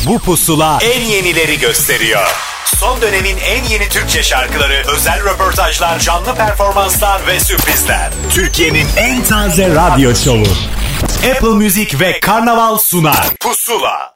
Bu pusula en yenileri gösteriyor. Son dönemin en yeni Türkçe şarkıları, özel röportajlar, canlı performanslar ve sürprizler. Türkiye'nin en taze radyo şovu. Apple Music ve Karnaval sunar. Pusula.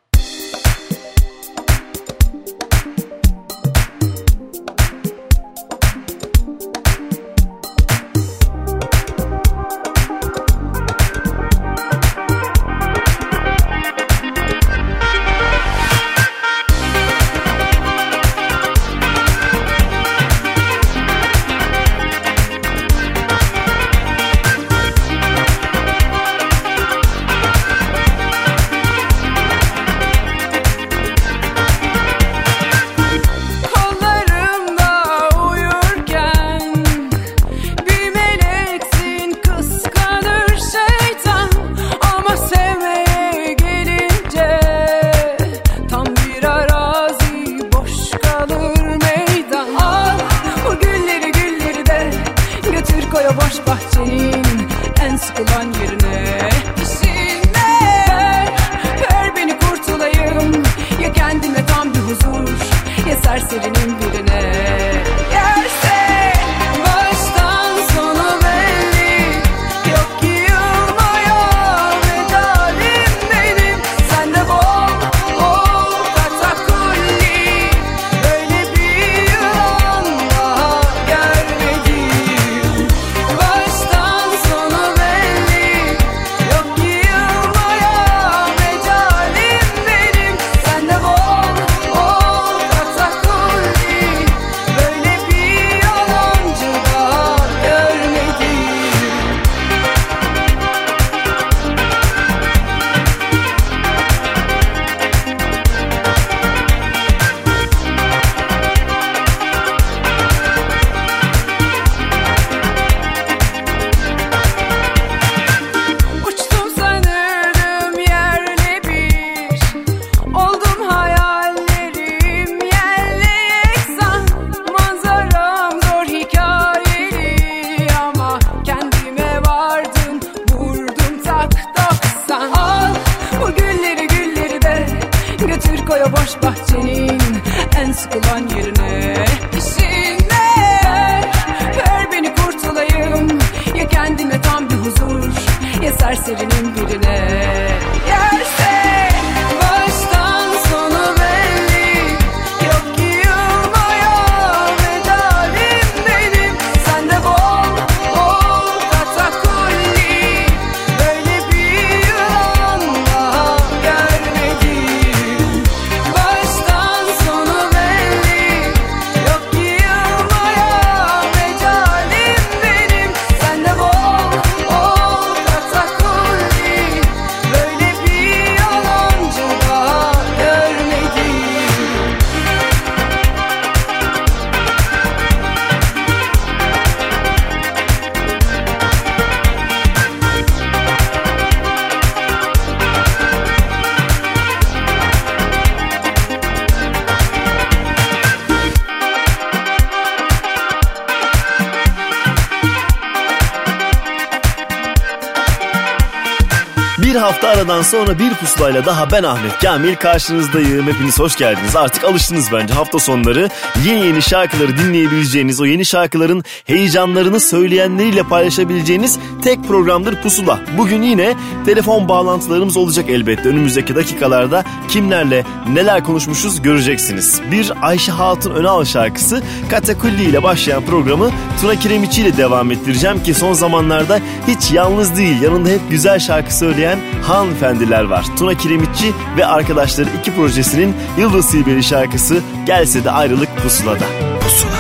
Bir hafta aradan sonra bir pusulayla daha ben Ahmet Kamil karşınızdayım. Hepiniz hoş geldiniz. Artık alıştınız bence hafta sonları yeni şarkıları dinleyebileceğiniz, o yeni şarkıların heyecanlarını söyleyenleriyle paylaşabileceğiniz tek programdır Pusula. Bugün yine telefon bağlantılarımız olacak elbette. Önümüzdeki dakikalarda kimlerle neler konuşmuşuz göreceksiniz. Bir Ayşe Hatun Önal şarkısı Katakulli ile başlayan programı Tuna Kiremiçi ile devam ettireceğim ki son zamanlarda hiç yalnız değil, yanında hep güzel şarkı söyleyen hanımefendiler var. Tuna Kiremiçi ve arkadaşları 2 projesinin Yıldız Silbeli şarkısı Gelse de Ayrılık Pusula'da. Pusula.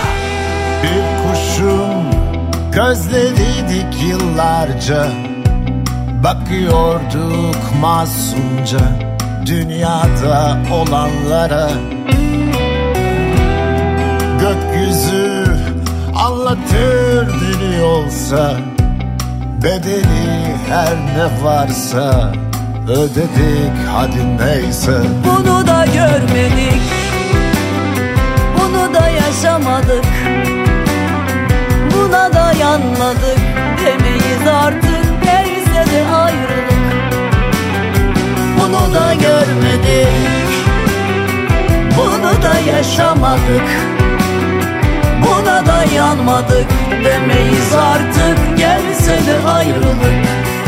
Bir kuşun gözleriydik yıllarca, bakıyorduk masumca dünyada olanlara. Gökyüzü anlatır dili olsa, bedeli her ne varsa ödedik, hadi neyse. Bunu da görmedik, bunu da yaşamadık, buna da yanmadık demeyiz artık, gelse de ayrılık. Bunu da görmedik, yaşamadık, buna da yanmadık demeyiz artık, gelse de ayrılık.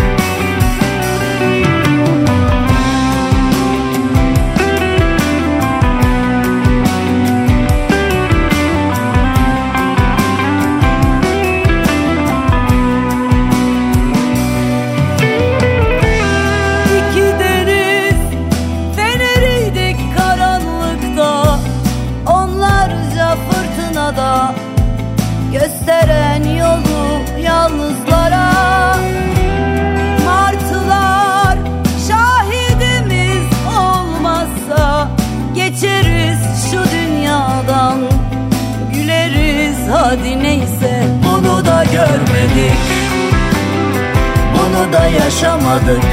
Gösteren yolu yalnızlara, martılar şahidimiz olmazsa geçeriz şu dünyadan, güleriz hadi neyse. Bunu da görmedik, bunu da yaşamadık,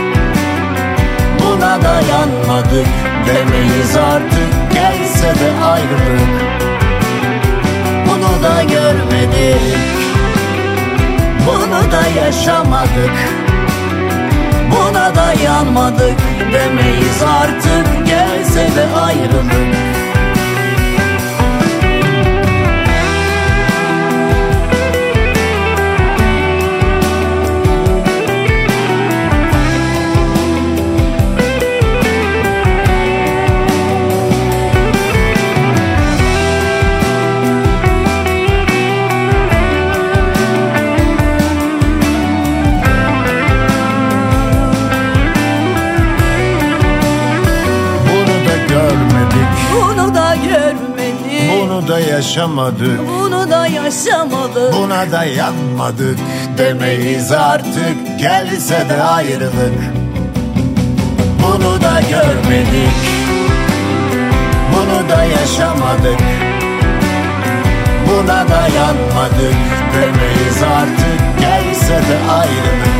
buna da yanmadık demeyiz artık, gelse de ayrılık. Bunu da görmedik, bunu da yaşamadık, buna da yanmadık demeyiz artık, gelse de ayrılık. Bunu da yaşamadık, bunu da yaşamadık, buna da yanmadık demeyiz artık, gelse de ayrılık. Bunu da görmedik, bunu da yaşamadık, buna da yanmadık demeyiz artık, gelse de ayrılık.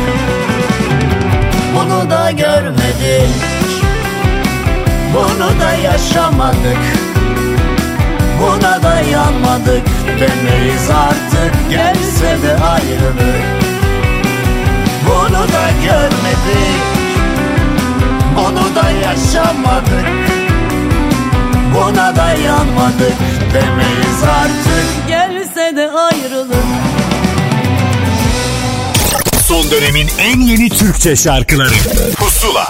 Bunu da görmedik, bunu da yaşamadık, buna da yanmadık demeyiz artık, gelse de ayrılık. Bunu da görmedik, bunu da yaşamadık, buna da yanmadık demeyiz artık, gelse de ayrılık. Son dönemin en yeni Türkçe şarkıları Pusula.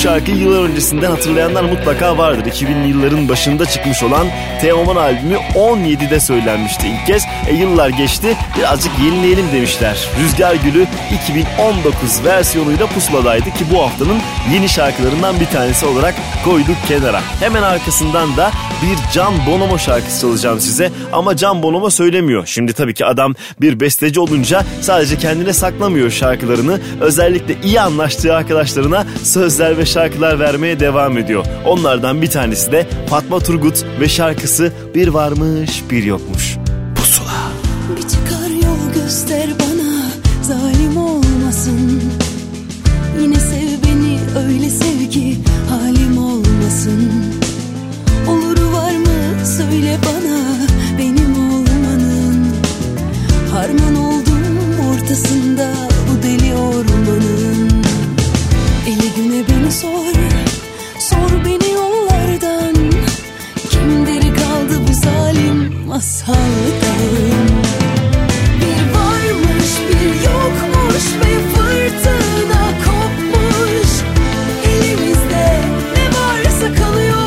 şarkıyı yıllar öncesinden hatırlayanlar mutlaka vardır. 2000'li yılların başında çıkmış olan Teoman albümü 17'de söylenmişti ilk kez. Yıllar geçti, birazcık yenileyelim demişler. Rüzgar Gülü 2019 versiyonuyla pusuladaydı ki bu haftanın yeni şarkılarından bir tanesi olarak koyduk kenara. Hemen arkasından da bir Can Bonomo şarkısı çalacağım size ama Can Bonomo söylemiyor. Şimdi tabii ki adam bir besteci olunca sadece kendine saklamıyor şarkılarını. Özellikle iyi anlaştığı arkadaşlarına sözler ve şarkılar vermeye devam ediyor. Onlardan bir tanesi de Fatma Turgut ve şarkısı Bir Varmış Bir Yokmuş. Pusula. Bir çıkar yol göster bana, zalim olmasın. Yine sev beni, öyle sev ki halim olmasın. Oluru var mı söyle bana, benim olmanın. Harman oldum ortasında bu deli ormanın. Eli güne beni sor, sor beni yollardan. Kimdir kaldı bu zalim masaldan? Bir varmış bir yokmuş ve fırtına kopmuş. Elimizde ne varsa kalıyor.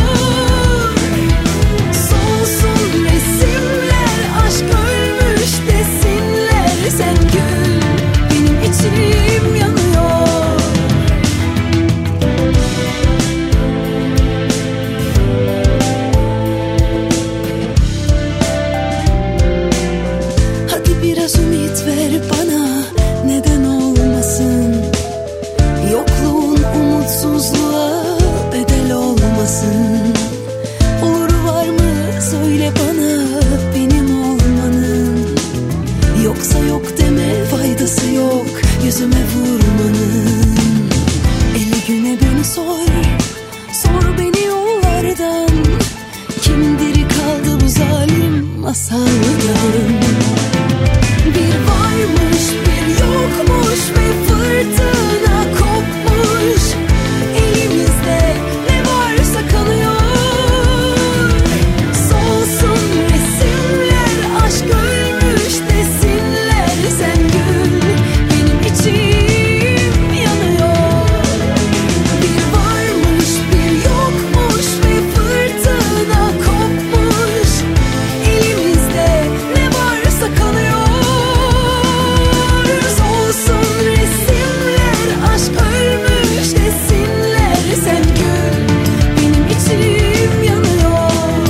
Solsun resimler, aşk ölmüş desinler. Sen gül, benim içim yanıyor. Hadi biraz ümit ver bana, neden olmasın? Yokluğun umutsuzluğa bedel olmasın. Olur var mı söyle bana, benim olmanın. Yoksa yok deme, faydası yok yüzüme vurmanın. Eli güne beni sor, sor beni yollardan. Kimdir kaldı bu zalim masaldan? Bir varmış bir yokmuş ve fırtına kopmuş. Elimizde ne varsa kalıyor. Solsun resimler, aşk ölmüş desinler. Sen gül, benim içim yanıyor. Bir varmış bir yokmuş ve fırtına kopmuş. Elimizde ne varsa kalıyor. Solsun resimler, aşk ölmüş desinler. Sen gül, benim içim yanıyor.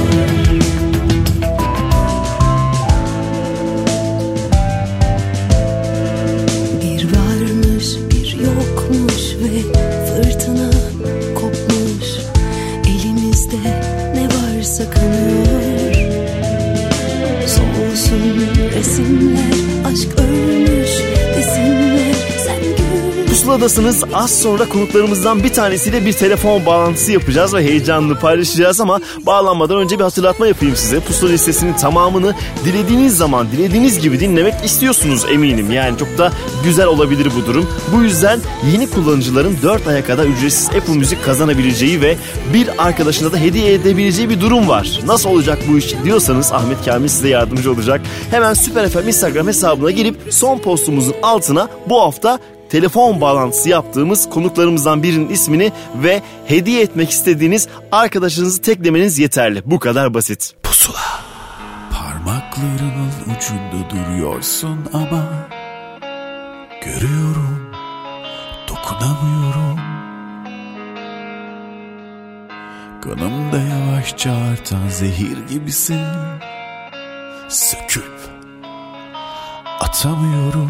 Bir varmış bir yokmuş ve fırtına kopmuş. Elimizde ne varsa kalıyor. Solsun resimler, aşk ölmüş desinler. Sen gül. Pusuladasınız. Az sonra konuklarımızdan bir tanesiyle bir telefon bağlantısı yapacağız ve heyecanlı paylaşacağız ama bağlanmadan önce bir hatırlatma yapayım size. Pusula listesinin tamamını dilediğiniz zaman, dilediğiniz gibi dinlemek istiyorsunuz eminim. Yani çok da güzel olabilir bu durum. Bu yüzden yeni kullanıcıların 4 aya kadar ücretsiz Apple Müzik kazanabileceği ve bir arkadaşına da hediye edebileceği bir durum var. Nasıl olacak bu iş diyorsanız Ahmet Kamil size yardımcı olacak. Hemen Süper FM Instagram hesabına girip son postumuzun altına bu hafta telefon bağlantısı yaptığımız konuklarımızdan birinin ismini ve hediye etmek istediğiniz arkadaşınızı teklemeniz yeterli. Bu kadar basit. Pusula. Parmaklarımın ucunda duruyorsun ama görüyorum, dokunamıyorum. Kanımda yavaşça artan zehir gibisin. Söküp atamıyorum.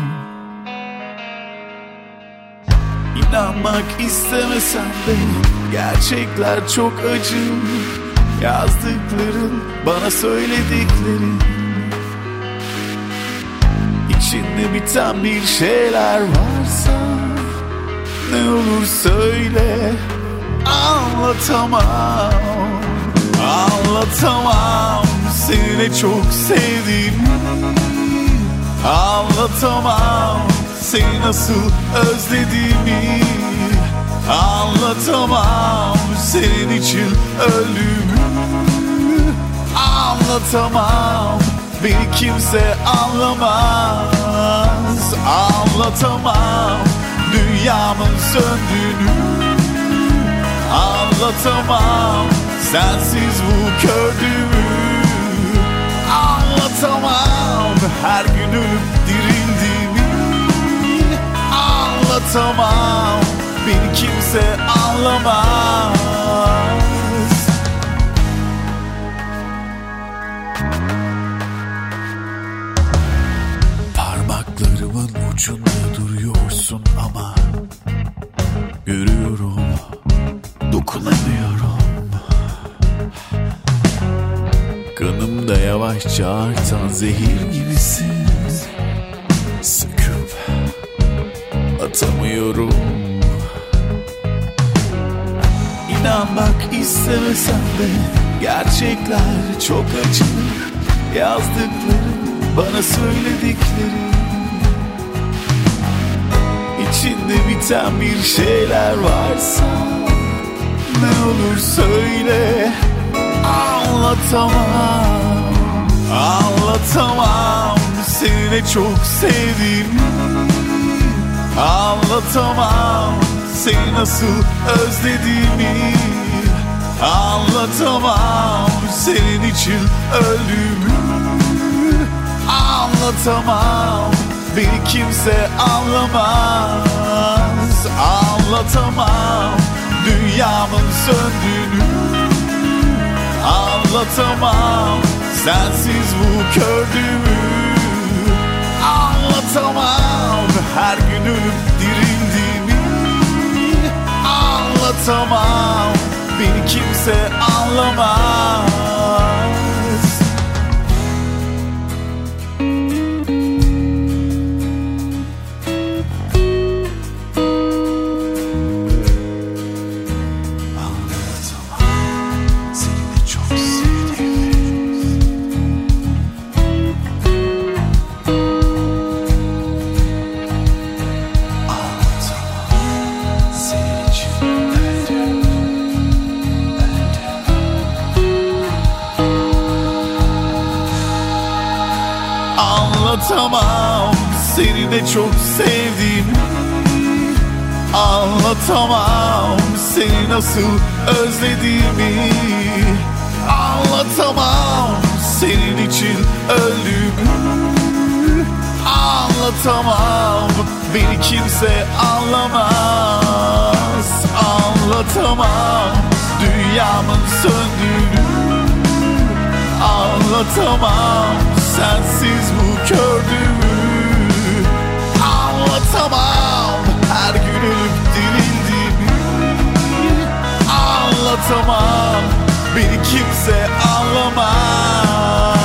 İnanmak istemesem de gerçekler çok acı. Yazdıkların, bana söylediklerin, İçinde biten bir şeyler varsa ne olur söyle. Anlatamam, anlatamam seni çok sevdiğimi. Anlatamam seni nasıl özlediğimi. Anlatamam senin için öldüğümü. Anlatamam, beni kimse anlamaz. Anlatamam dünyamın söndüğünü. Anlatamam sensiz bu kördüğümü. Anlatamam her gün ölüp dirildiğimi. Anlatamam, beni kimse anlamaz. Parmaklarımın ucunda duruyorsun ama görüyorum, dokunamıyorum. Kanımda yavaşça artan zehir gibisin. Sıkıp atamıyorum. İnanmak istemesem de gerçekler çok acı. Yazdıkların, bana söyledikleri, İçinde biten bir şeyler varsa ne olur söyle. Anlatamam, anlatamam seni ne çok sevdiğimi. Anlatamam seni nasıl özlediğimi. Anlatamam senin için öldüğümü. Anlatamam, beni kimse anlamaz. Anlatamam dünyamın söndüğünü. Anlatamam sensiz bu kördüğümü. Anlatamam her gün ölüp dirildiğimi. Anlatamam, beni kimse anlamaz. Anlatamam seni de çok sevdiğimi. Anlatamam seni nasıl özlediğimi. Anlatamam senin için öldüğümü. Anlatamam, beni kimse anlamaz. Anlatamam dünyamın söndüğünü. Anlatamam sensiz bu kördüğümü. Anlatamam her gün ölüp dirildiğimi. Anlatamam, beni kimse anlamaz.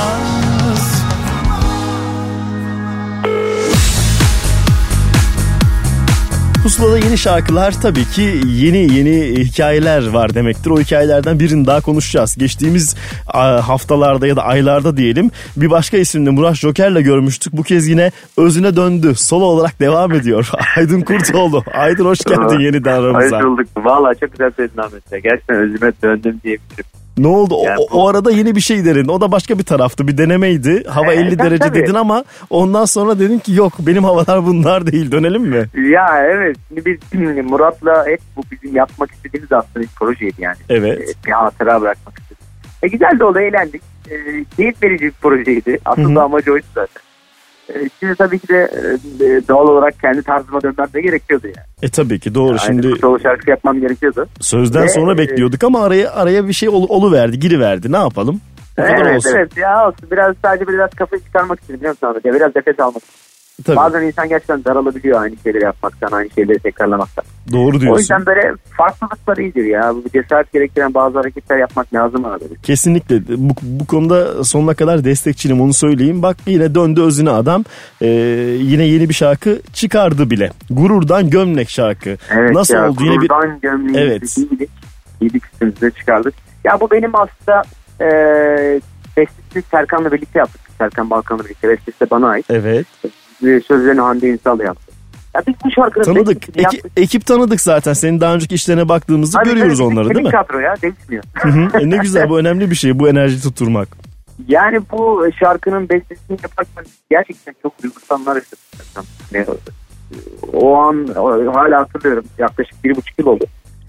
Pusula'da yeni şarkılar, tabii ki yeni hikayeler var demektir. O hikayelerden birini daha konuşacağız. Geçtiğimiz haftalarda ya da aylarda diyelim bir başka isimle Murat Joker'le görmüştük. Bu kez yine özüne döndü. Solo olarak devam ediyor. Aydın Kurtoğlu. Aydın hoş geldin yeniden aramıza. Hoş bulduk. Vallahi çok güzel söyledin Ahmet. Gerçekten özüme döndüm diyebilirim. Ne oldu? Yani o arada yeni bir şey dedin. O da başka bir taraftı. Bir denemeydi. Hava 50 derece tabii. dedin ama ondan sonra dedin ki yok benim havalar bunlar değil. Dönelim mi? Ya evet. Şimdi biz Murat'la hep bu bizim yapmak istediğimiz aslında bir projeydi yani. Evet. Bir hatıra bırakmak istedik. Güzel de oldu, eğlendik. Keyif verici bir projeydi. Aslında amacı oydu zaten. Şimdi tabii ki de doğal olarak kendi tarzıma dönmem de gerekiyordu yani. Tabii ki doğru. Yani şimdi solo şarkı yapmam gerekiyordu. Sözden sonra bekliyorduk ama araya bir şey oluverdi, giriverdi. Ne yapalım? O kadar olsun. Evet ya olsun. Biraz kafayı çıkarmak istedim biliyor musun Ahmet? Biraz nefes almak istedim. Tabii. Bazen insan gerçekten daralabiliyor aynı şeyleri yapmaktan, aynı şeyleri tekrarlamaktan. Doğru diyorsun. O yüzden böyle farklılıklar iyidir ya. Bu cesaret gerektiren bazı hareketler yapmak lazım abi. Kesinlikle. Bu konuda sonuna kadar destekçiyim, onu söyleyeyim. Bak yine döndü özüne adam. Yine yeni bir şarkı çıkardı bile. Gururdan Gömlek şarkı. Evet. Nasıl ya, oldu? Gururdan Gömleği. Evet. İyiydik üstümüzde çıkardık. Ya bu benim aslında bestesini Serkan'la birlikte yaptık. Serkan Balkan'la birlikte. Bestesi de bana ait. Evet. Sözlerini Hande Ünsal yaptı. Ya biz bu şarkının tanıdık. Ekip tanıdık zaten. Senin daha önceki işlerine baktığımızda görüyoruz onları değil mi? Kadro ya, değişmiyor. Ne güzel, bu önemli bir şey. Bu enerjiyi tutturmak. Yani bu şarkının bestesini yaparken gerçekten çok duygusal anlar yaşadım. O an hala hatırlıyorum. Yaklaşık 1,5 yıl oldu.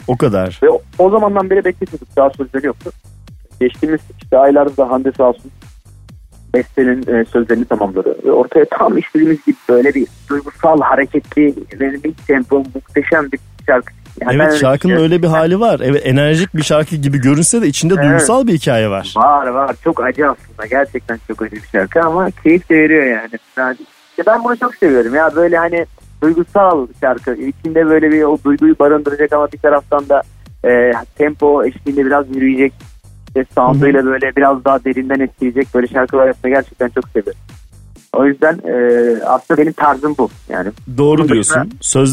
O kadar. Ve o zamandan beri bekletiyorduk. Daha sözleri yoktu. Geçtiğimiz işte aylarda Hande sağ olsun bestenin sözlerini tamamladı. Ve ortaya tam istediğimiz gibi böyle bir duygusal, hareketli, bir tempo, muhteşem bir şarkı. Yani evet, şarkının öyle bir hali var. Evet, enerjik bir şarkı gibi görünse de içinde duygusal bir hikaye var. Var. Çok acı aslında. Gerçekten çok acı bir şarkı ama keyif de veriyor yani. Ben bunu çok seviyorum ya. Böyle hani duygusal şarkı. İçinde böyle bir o duyguyu barındıracak ama bir taraftan da tempo eşliğinde biraz yürüyecek. Sound'uyla böyle biraz daha derinden etkileyecek böyle şarkılar yapmayı gerçekten çok seviyorum. O yüzden aslında benim tarzım bu yani. Doğru diyorsun.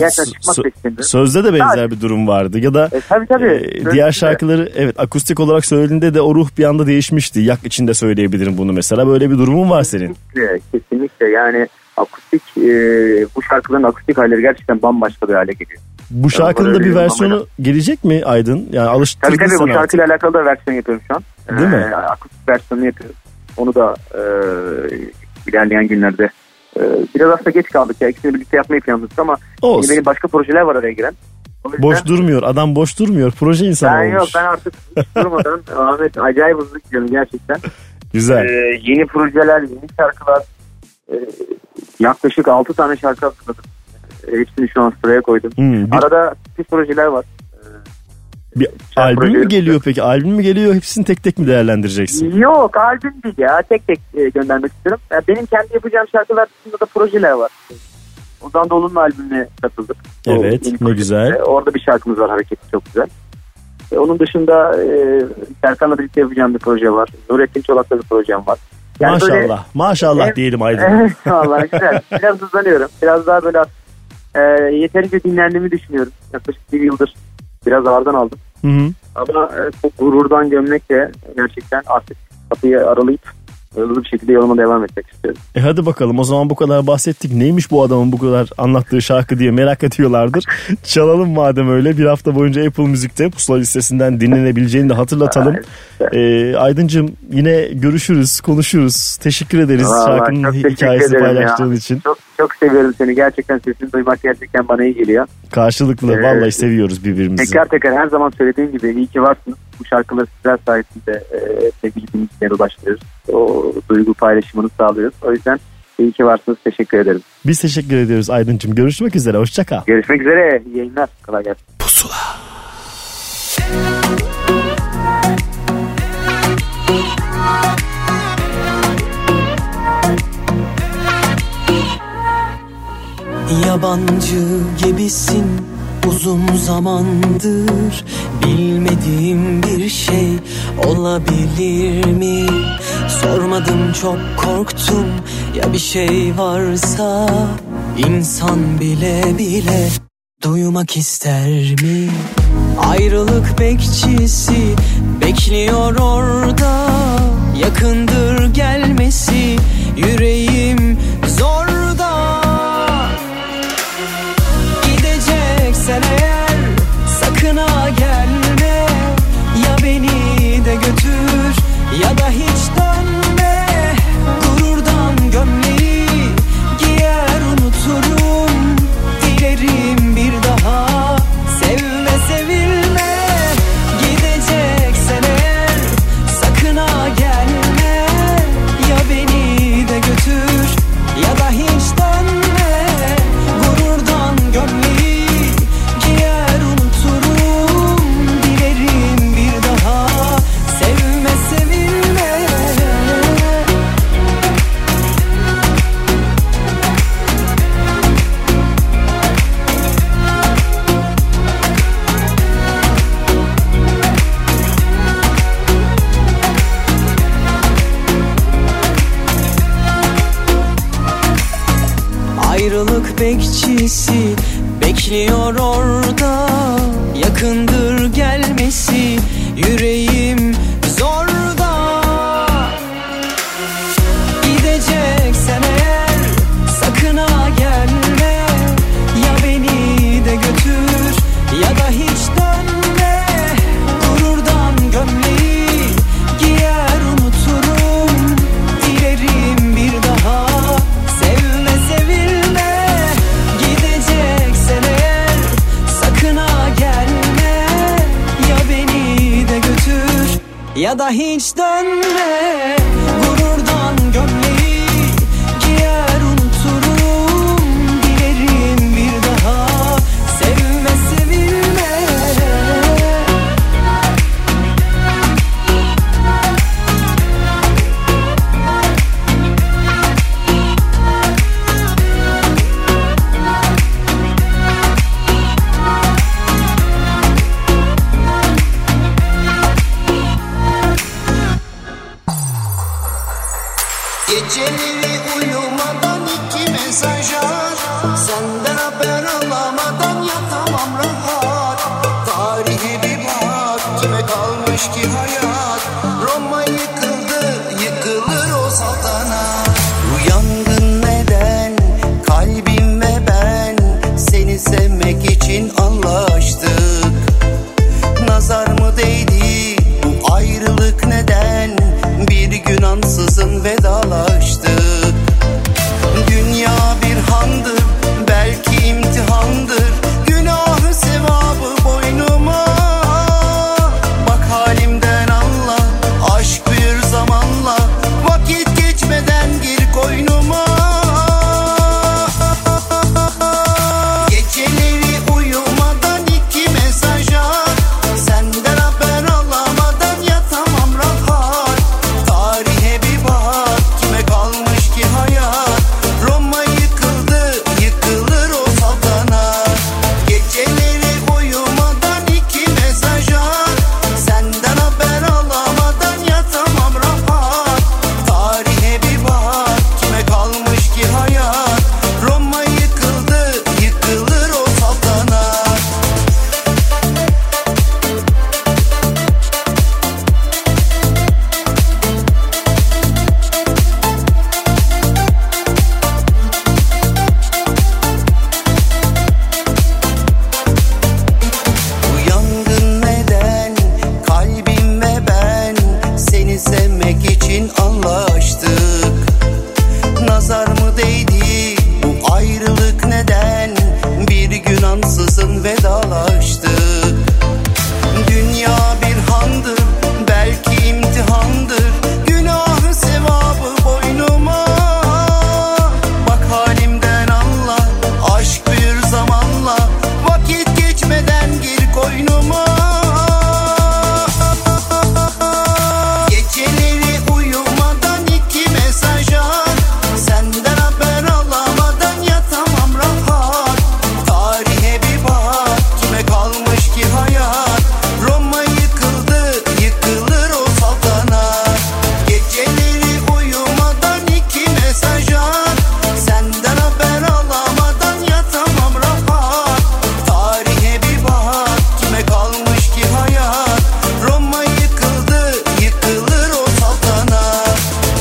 Sözde de benzer bir durum vardı ya da tabii. Diğer şarkıları evet akustik olarak söylediğinde de o ruh bir anda değişmişti. Yak içinde söyleyebilirim bunu mesela. Böyle bir durumun var senin. Kesinlikle yani akustik bu şarkıların akustik halleri gerçekten bambaşka bir hale geliyor. Bu şarkının da bir versiyonu gelecek mi Aydın? Yani alıştırdın tabii sen bu şarkıyla alakalı da versiyon yapıyorum şu an. Değil mi? Akustik versiyonunu yapıyorum. Onu da ilerleyen günlerde biraz aslında geç kaldık ya. İkisini birlikte yapmayı planladık ama benim başka projeler var araya giren. Boş durmuyor. Adam boş durmuyor. Proje insanı olmuş. Ben artık durmadan Ahmet acayip hızlı gidiyorum gerçekten. Güzel. Yeni projeler, yeni şarkılar. Yaklaşık 6 tane şarkı hazırladım. Hepsini şu an sıraya koydum. Arada bir projeler var. Bir albüm mü geliyor peki? Albüm mü geliyor? Hepsini tek tek mi değerlendireceksin? Yok, albüm değil ya. Tek tek göndermek istiyorum. Yani benim kendi yapacağım şarkılar dışında da projeler var. Ozan Doğulu'nun albümüne katıldık. Evet, ne güzel. Orada bir şarkımız var, hareketli, çok güzel. Onun dışında Serkan'la birlikte yapacağım bir proje var. Nurettin Çolak'ta bir projem var. Yani maşallah. Maşallah diyelim Aydın. Evet, vallahi güzel. Biraz hızlanıyorum. Biraz daha böyle yeterince dinlendiğimi düşünüyorum. Yaklaşık 1 yıldır biraz ağırdan aldım. Ama çok gururdan gömlekle gerçekten artık kapıyı aralayıp hızlı bir şekilde yoluma devam etmek istiyorum. Hadi bakalım, o zaman bu kadar bahsettik. Neymiş bu adamın bu kadar anlattığı şarkı diye merak ediyorlardır. Çalalım madem öyle. Bir hafta boyunca Apple Müzik'te Pusula listesinden dinlenebileceğini de hatırlatalım. Aydıncığım yine görüşürüz, konuşuruz. Teşekkür ederiz şarkının hikayesini paylaştığın için. Çok seviyorum seni. Gerçekten sesini duymak gerçekten bana iyi geliyor. Karşılıklı. Vallahi seviyoruz birbirimizi. Tekrar her zaman söylediğim gibi iyi ki varsınız. Bu şarkıları sizler sayesinde sevgili dinleyicilere ulaştırıyoruz. O duygu paylaşımını sağlıyoruz. O yüzden iyi ki varsınız. Teşekkür ederim. Biz teşekkür ediyoruz Aydıncığım. Görüşmek üzere. Hoşça kal. Görüşmek üzere. İyi yayınlar. Kolay gelsin. Pusula. Yabancı gibisin uzun zamandır, bilmediğim bir şey olabilir mi? Sormadım, çok korktum, ya bir şey varsa insan bile bile duymak ister mi? Ayrılık bekçisi bekliyor orada, yakındır gelmesi, yüreğim zorda. Gideceksen eğer sakın ha gelme, ya beni de götür ya da hiç dönme. Gururdan gömleği giyer unuturum, dilerim bir daha sevme sevilme. Gideceksen eğer sakın ha gelme, ya beni de götür ya da hiç dönme. Gururdan gömleği giyer unuturum, dilerim bir daha sevme sevilme. Ayrılık bekçisi bekliyor orada, yakındır gelmesi, yüreğim zorda. Gideceksen eğer sakın ha gelme, ya beni de götür ya da hiç dönme. Gururdan gömleği giyer unuturum, dilerim bir daha sevme sevilme. Gideceksen eğer sakın ha gelme, ya da hiç dönme. Gururdan gömleği giyer unuturum. Dilerim bir daha sevme sevilme. Geceleri uyumadan 2 mesaj at. Senden haber alamadan yatamam rahat. Tarihe bir bak, kime kalmış ki hayat. Roma yıkıldı, yıkılır o saltanat. Uyandın neden, kalbim ve ben seni sevmek için anlaştık. Nazar mı değdi, bu ayrılık neden? Bir gün ansızın vedalaştık. Dünya bir handır, belki imtihandır. Günahı sevabı boynuma. Bak halimden anla, aşk büyür zamanla. Vakit geçmeden gir koynuma. Geceleri uyumadan 2 mesaj at. Senden haber alamadan yatamam rahat. Tarihe bir bak, kime kalmış ki hayat. Roma yıkıldı, yıkılır o saltanat. Geceleri uyumadan 2 mesaj at. Senden haber alamadan yatamam rahat. Tarihe bir bak, kime kalmış ki hayat. Roma yıkıldı, yıkılır o saltanat. Uyandın neden, kalbim ve ben seni sevmek için anlaştık. Nazar mı değdi, bu ayrılık neden? Bir gün ansızın vedalaştık. Dünya bir handır, belki imtihandır. Günahı sevabı boynuma. Bak halimden anla, aşk büyür zamanla. Vakit geçmeden gir koynuma. Geceleri uyumadan 2 mesaj at. Senden haber alamadan yatamam rahat. Tarihe bir bak, kime kalmış ki hayat. Roma yıkıldı, yıkılır o saltanat. Geceleri uyumadan 2 mesaj at. Senden haber alamadan yatamam rahat. Tarihe bir bak, kime kalmış ki hayat. Roma yıkıldı, yıkılır o saltanat.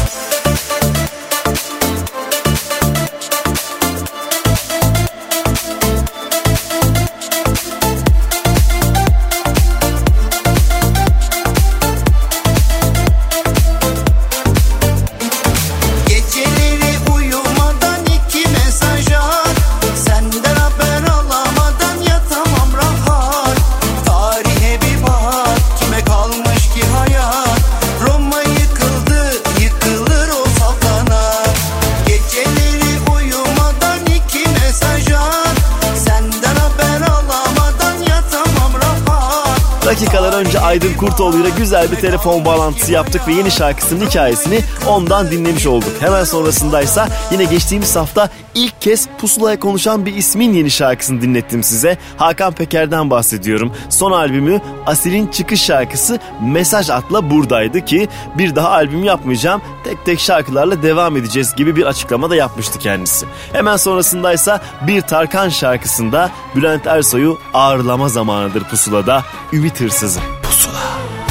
Geceleri uyumadan 2 mesaj at. Senden haber alamadan yatamam rahat. Tarihe bir bak, kime kalmış ki hayat. Roma yıkıldı, yıkılır o saltanat. Geceleri uyumadan 2 mesaj at. Senden haber alamadan yatamam rahat. Dakikalar önce Aydın Kurtoğlu ile güzel bir telefon bağlantısı yaptık ve yeni şarkısının hikayesini ondan dinlemiş olduk. Hemen sonrasındaysa yine geçtiğimiz hafta ilk kez Pusula'ya konuşan bir ismin yeni şarkısını dinlettim size. Hakan Peker'den bahsediyorum. Son albümü Asil'in çıkış şarkısı Mesaj At'la buradaydı ki bir daha albüm yapmayacağım, tek tek şarkılarla devam edeceğiz gibi bir açıklama da yapmıştı kendisi. Hemen sonrasındaysa bir Tarkan şarkısında Bülent Ersoy'u ağırlama zamanıdır Pusula'da. Ümit Hırsızı. Pusula.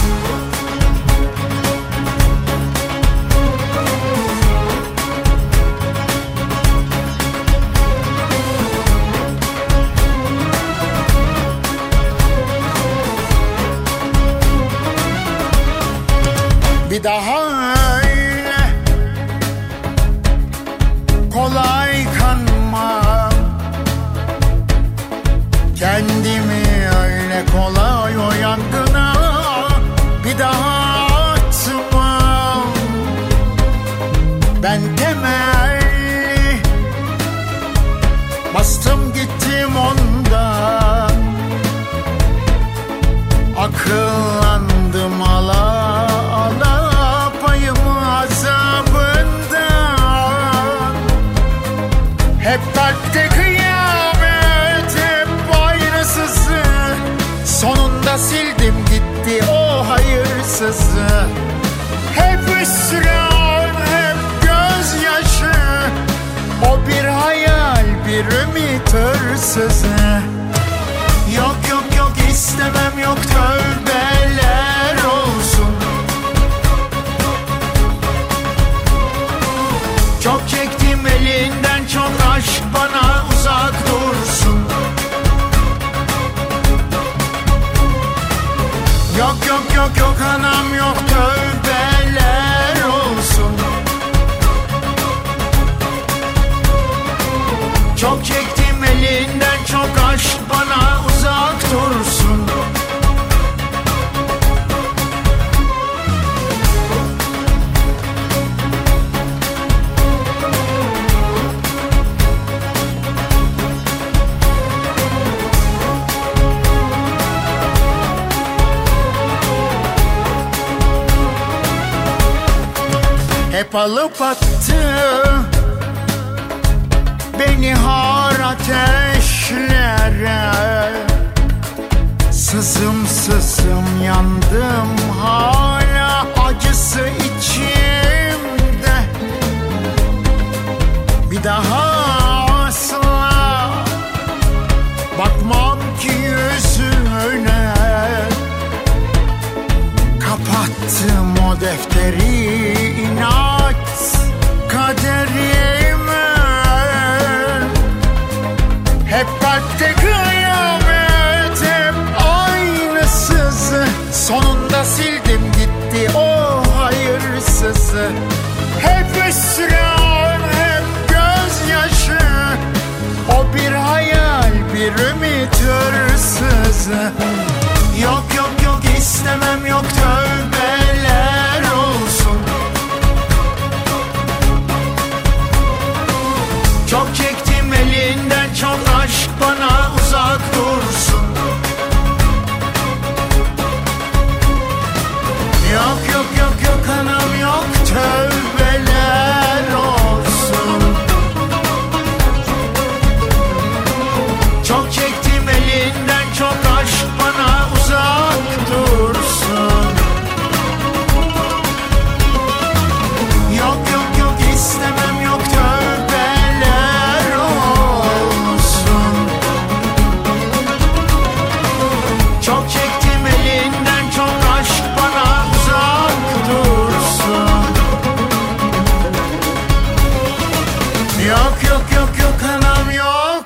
Bir daha öyle kolay kanmam. Kendimi öyle kolay o yangına Ben temelli bastım gittim ondan, akıllandım ala ala payımı azabından. Hep kalpte kıyamet, hep aynısızı, sonunda sildim gitti o hayırsızı. Hep üsran, hep gözyaşı, o bir hayal, bir ümit hırsızı. Yok yok yok istemem, yok tövbeler olsun. Çok çektim elinden, çok aşk bana uzak dursun. Yok yok yok yok anam, yok tövbeler olsun. Çok çektim elinden, çok aşk bana uzak dursun. Hep alıp attı beni har ateşlere, sızım sızım yandım hala acısı içimde. Bir daha asla bakmam ki yüzüne, kapattım o defteri inat kaderime. Hep kalpte kıyamet, hep aynısızı, sonunda sildim gitti o hayırsızı. Hep üsran, hep gözyaşı, o bir hayal, bir ümit hırsızı. Yok yok yok istemem, yok tövbeler olsun. Çok çektim elinden, çok aşk bana uzak dursun. Yok yok yok yok anam, yok tövbeler olsun. Çok çektim elinden, çok aşk bana uzak dursun. Yok yok yok istemem, yok tövbeler olsun. Çok çektim elinden, çok aşk bana uzak dursun. Yok yok yok yok anam, yok.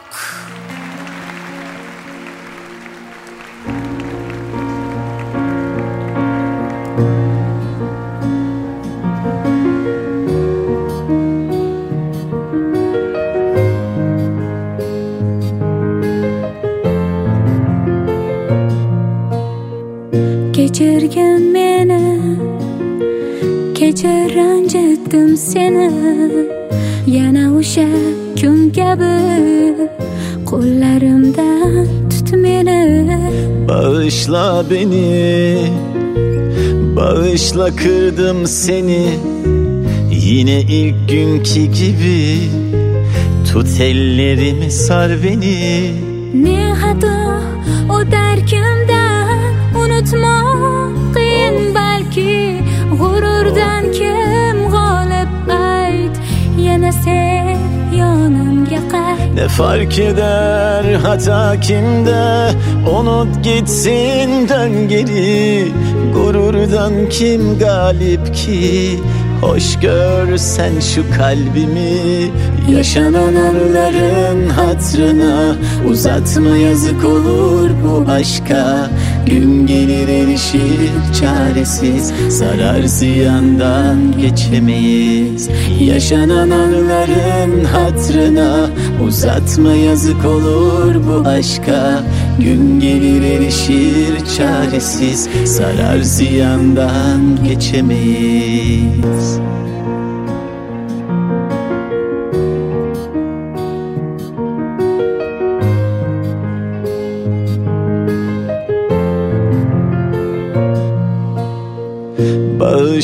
Kechirgin meni, kechir ranjitdim seni. Yana o'sha kun kabi qo'llarimdan tut meni. Bağışla beni, bağışla kırdım seni. Yine ilk günkü gibi tut ellerimi, sar beni. Ne hata o derkimden unutmak qiyin balki. G'ururdan kim g'olib ayt, yana sev yonimga qayt. Ne fark eder hata kimde, unut gitsin dön geri. Gururdan kim galip ki, hoş gör sen şu kalbimi. Yaşanan anıların hatrına uzatma, yazık olur bu aşka. Gün gelir erişir çaresiz, zarar ziyandan geçemeyiz. Yaşanan anıların hatrına uzatma, yazık olur bu aşka. Gün gelir erişir çaresiz, zarar ziyandan geçemeyiz.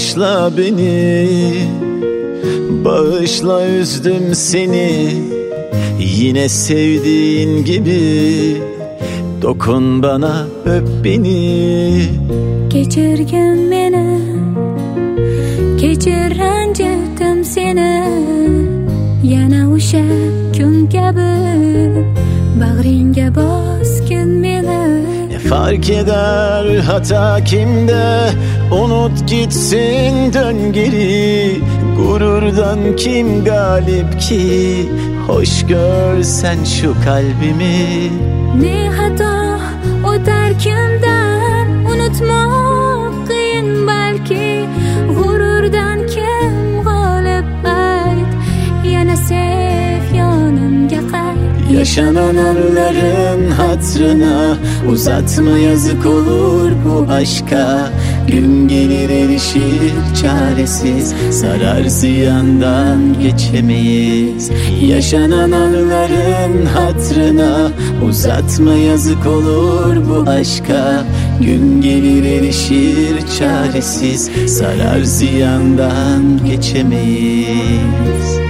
Bağışla beni, bağışla üzdüm seni. Yine sevdiğin gibi dokun bana, öp beni. Kechirgin meni, kechir ranjitdim seni. Yana o'sha kun kabi bag'ringga bosgin meni. Ne fark eder hata kimde, unut gitsin dön geri. Gururdan kim galip ki, hoş görsen şu kalbimi. Ne hata o terkimden, unutmak qiyin belki. Gururdan kim g'olib ayt, yana sev yonimga qayt. Yaşanan anların hatrına uzatma, yazık olur bu aşka. Gün gelir erişir çaresiz, sarar ziyandan geçemeyiz. Yaşanan anların hatrına uzatma, yazık olur bu aşka. Gün gelir erişir çaresiz, sarar ziyandan geçemeyiz.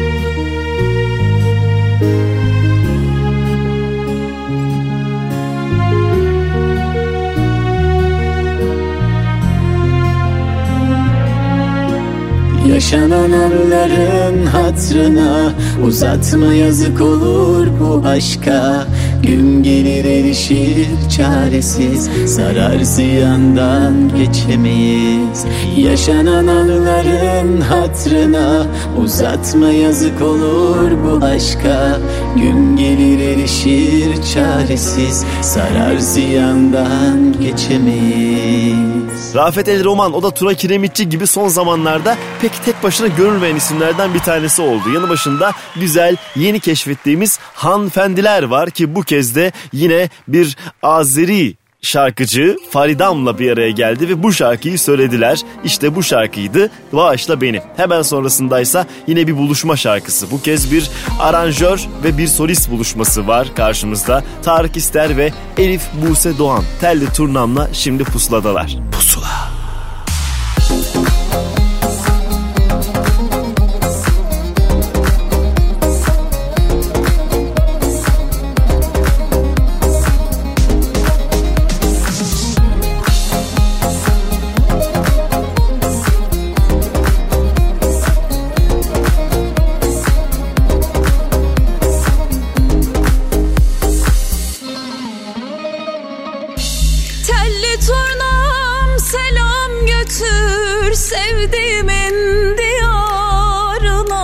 Yaşanan anların hatrına uzatma, yazık olur bu aşka. Gün gelir erişir çaresiz, sarar ziyandan geçemeyiz. Yaşanan anıların hatrına uzatma, yazık olur bu aşka. Gün gelir erişir çaresiz, sarar ziyandan geçemeyiz. Rafet El Roman, o da Tuna Kiremitçi gibi son zamanlarda pek tek başına görülmeyen isimlerden bir tanesi oldu. Yanı başında güzel, yeni keşfettiğimiz hanımefendiler var ki bu kez de yine bir Azeri şarkıcı Faridam'la bir araya geldi ve bu şarkıyı söylediler. İşte bu şarkıydı, Bağışla Beni. Hemen sonrasındaysa yine bir buluşma şarkısı. Bu kez bir aranjör ve bir solist buluşması var karşımızda. Tarık İster ve Elif Buse Doğan Telli Turnam'la şimdi pusuladalar. Pusula. Sevdiğimin diyarına,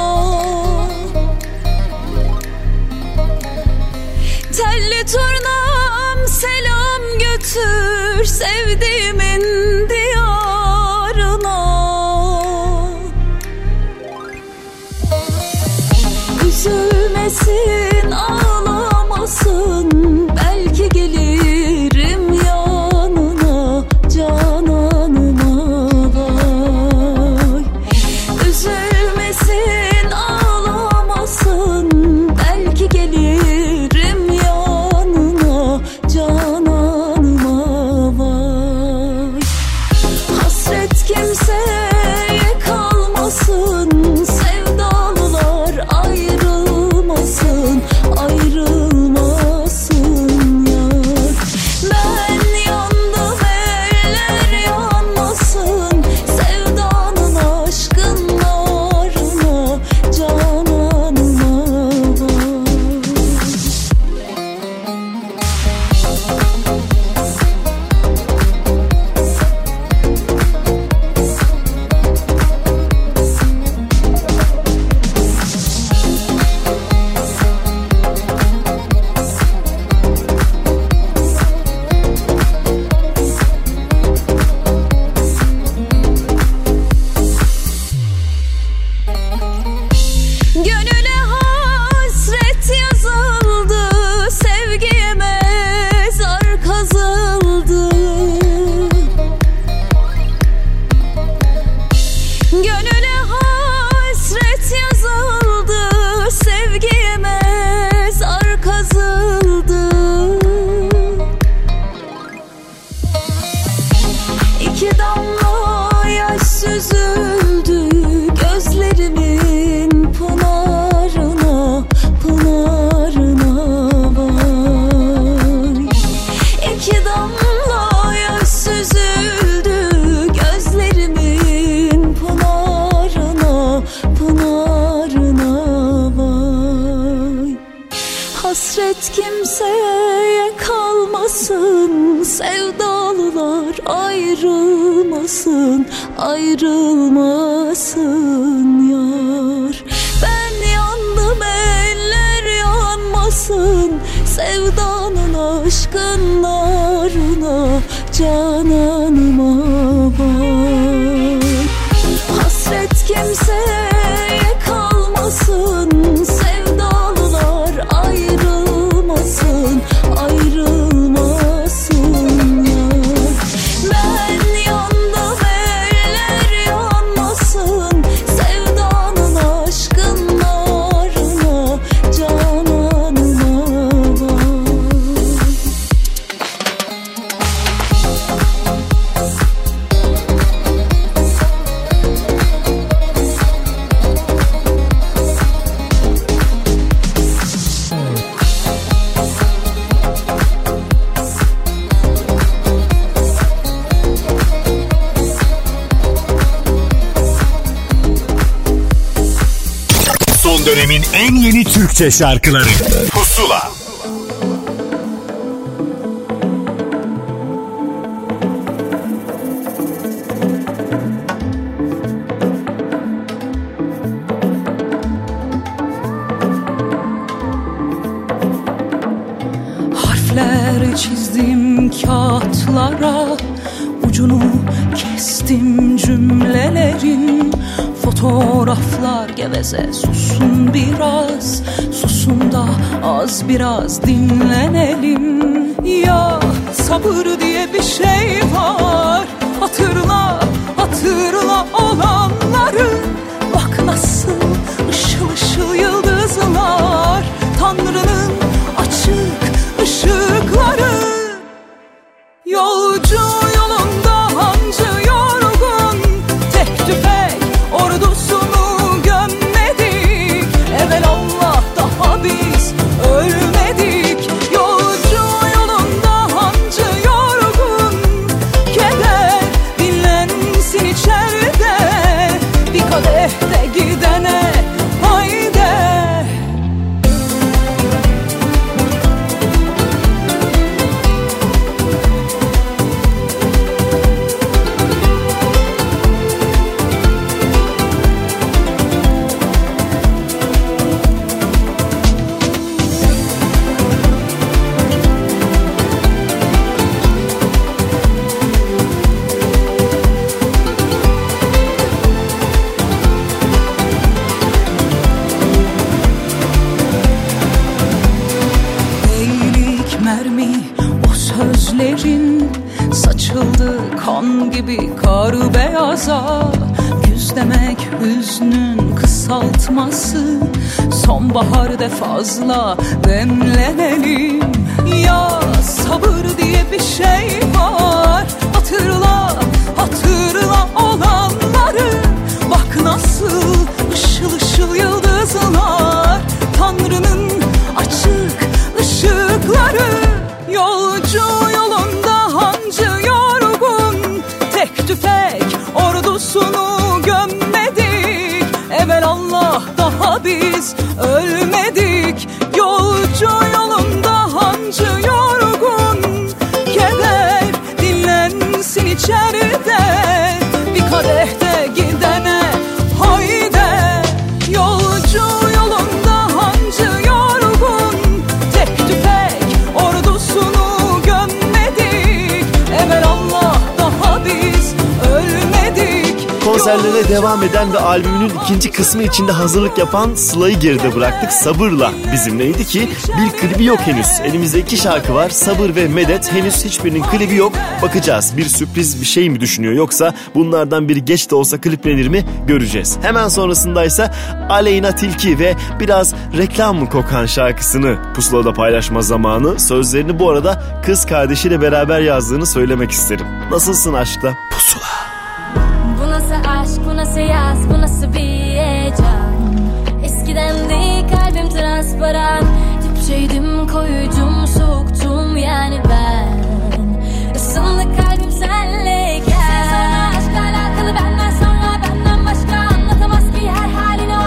telli turnam selam götür sevdiğimin diyarına. Üzülmesin, ağlamasın, belki gelirim yanına cananıma. Üzülmesin, ağlamasın, belki gelirim yanına cananıma vay. Hasret kimseye kalmasın, sevdalılar ayrılmasın, ayrılmasın. pınarına vay. Hasret kimseye kalmasın, sevdalılar ayrılmasın, ayrılmasın yar. Ben yandım eller yanmasın, sevdanın aşkın narına, cananıma vay. Hasret kimseye kalmasın, sevdalılar ayrılmasın, ayrılmasın yar. Ben yandım eller yanmasın, sevdanın aşkın narına, cananıma vay. Son dönemin en yeni Türkçe şarkıları Pusula. Harfler çizdim kağıtlara, ucunu kestim cümlelerin. Fotoğraflar geveze, susun biraz, susun da az biraz dinlenelim. Ya sabır diye bir şey var, hatırla, hatırla olanları. Bak nasıl ışıl ışıl yıldızlar, Tanrı'nın açık ışıkları. Yolcu yolunda hancı yorgun, tek tüfek ordusunu gömmedik. Evelallah daha biz ölmedik. Yolcu yolunda hancı yorgun, keder dinlensin içeride. Bir kadeh de gidene haydi. Beylik mermi o sözlerin, saçıldı kan gibi kar beyaza. Güz demek hüznün kısaltması, sonbahar de fazla demlenelim. Ya sabır diye bir şey var, hatırla, hatırla olanları. Bak nasıl ışıl ışıl yıldızlar, Tanrı'nın açık ışıkları. Yolcu yolunda hancı yorgun, tek tüfek ordusunu gömmedik. Evelallah daha biz ölmedik. Yolcu yolunda hancı yorgun, keder dinlensin içeride. Bir kadeh de gidene haydi. Yolcu yolunda hancı yorgun, tek tüfek ordusunu gömmedik. Evelallah daha biz ölmedik. Konserlere devam eden ve albümünün ikinci kısmı içinde hazırlık yapan Sıla'yı geride bıraktık. Sabırla bizimleydi ki bir klibi yok henüz. Elimizde 2 şarkı var, Sabır ve Medet. Henüz hiçbirinin klibi yok. Bakacağız, bir sürpriz bir şey mi düşünüyor, yoksa bunlardan biri geç de olsa kliplenir mi göreceğiz. Hemen sonrasındaysa Aleyna Tilki ve biraz reklam mı kokan şarkısını Pusula'da paylaşma zamanı. Sözlerini bu arada kız kardeşiyle beraber yazdığını söylemek isterim. Nasılsın aşkla? Pusula. Bu nasıl aşk, bu nasıl yaz, bu nasıl bir heyecan. Eskiden de kalbim transparan, tip şeydim, koyucum, soğuktum yani ben. Isındı kalbim senleyken. Sen sonra aşkla alakalı benden sonra benden başka anlatamaz ki her halini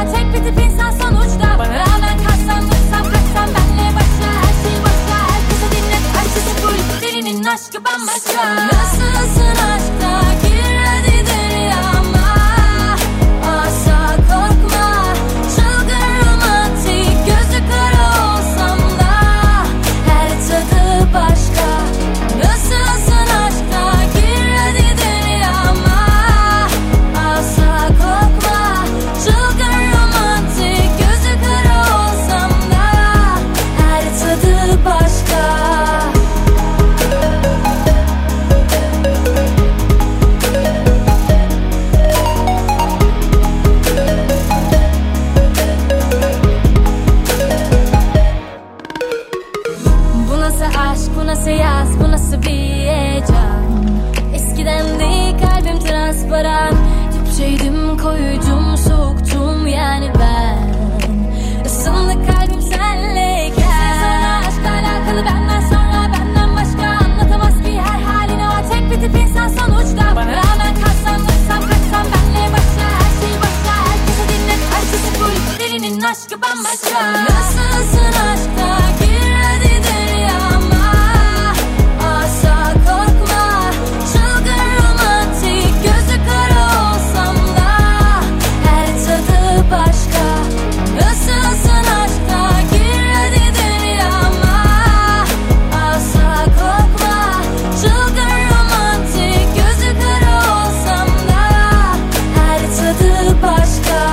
aşkı bambaşka. Nasılsın aşkta gir hadi dünyama. Asla korkma çılgın romantik. Gözü kara olsam da her tadı başka. Nasılsın aşkta gir hadi dünyama. Asla korkma çılgın romantik. Gözü kara olsam da her tadı başka.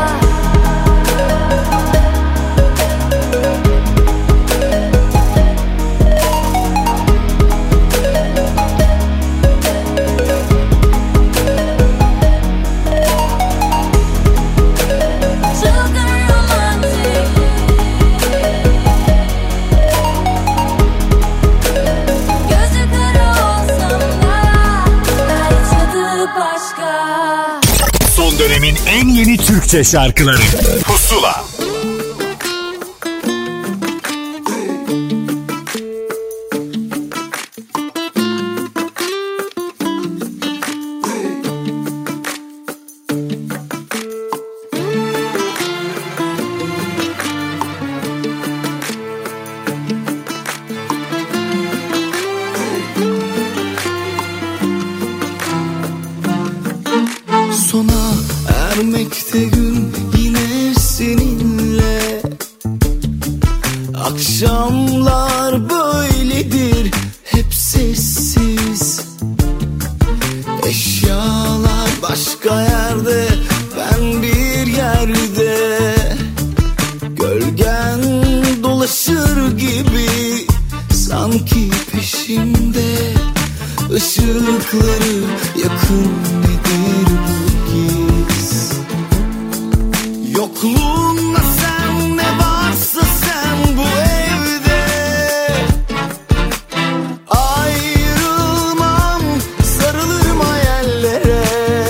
Son dönemin en yeni Türkçe şarkıları Pusula. Sona ermekte gün yine seninle. Akşamlar böyledir hep sessiz. Eşyalar başka yerde, ben bir yerde. Gölgen dolaşır gibi sanki peşimde. Işıkları yakın nedir bu giz? Yokluğunla sen, ne varsa sen bu evde. Ayrılmam, sarılırım hayallere.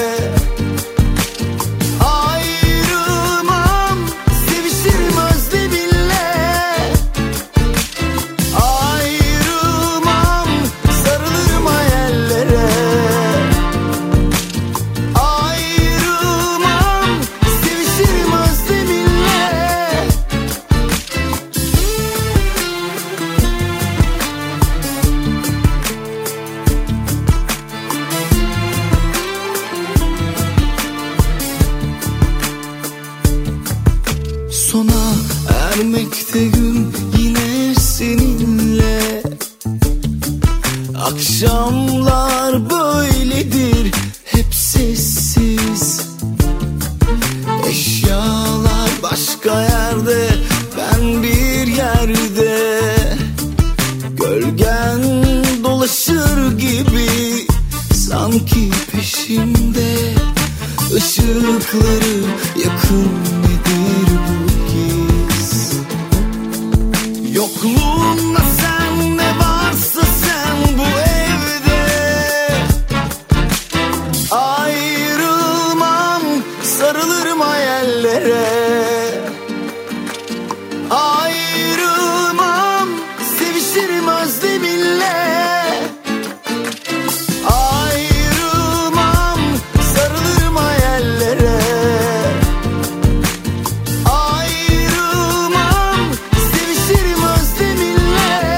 Ayrılmam, sevişirim özleminle. Ayrılmam, sarılırım hayallere. Ayrılmam, sevişirim özleminle. Sona ermekte gün yine seninle. Akşamlar böyledir hep sessiz. Eşyalar başka yerde, ben bir yerde. Gölgen dolaşır gibi sanki peşimde. Işıkları yakın nedir bu giz? Yokluğunla sen, ne varsa sen bu evde. Ayrılmam, sarılırım hayallere. Ayrılmam, sevişirim özleminle. Ayrılmam, sarılırım hayallere. Ayrılmam, sevişirim özleminle.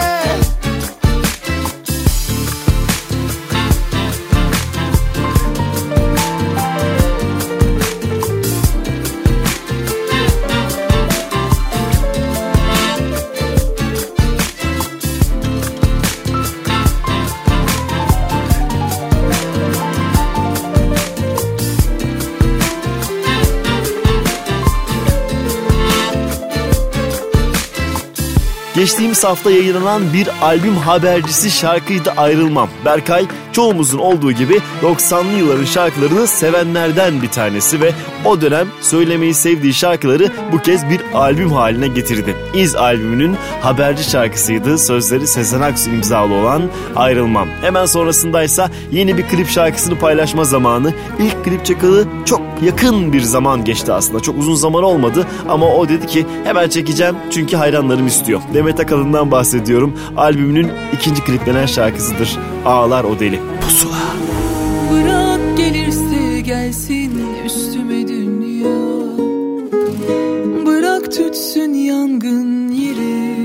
Geçtiğimiz hafta yayınlanan bir albüm habercisi şarkıydı Ayrılmam. Berkay çoğumuzun olduğu gibi 90'lı yılların şarkılarını sevenlerden bir tanesi ve o dönem söylemeyi sevdiği şarkıları bu kez bir albüm haline getirdi. İz albümünün haberci şarkısıydı. Sözleri Sezen Aksu imzalı olan Ayrılmam. Hemen sonrasındaysa yeni bir klip şarkısını paylaşma zamanı. İlk klip çakalı çok yakın bir zaman geçti aslında. Çok uzun zaman olmadı ama o dedi ki hemen çekeceğim çünkü hayranlarım istiyor. Demet Akalın'dan bahsediyorum. Albümünün ikinci kliplenen şarkısıdır. Ağlar o deli. Pusula. Bırak gelirse gelsin üstüme dünya. Bırak Bırak tütsün yangın yeri.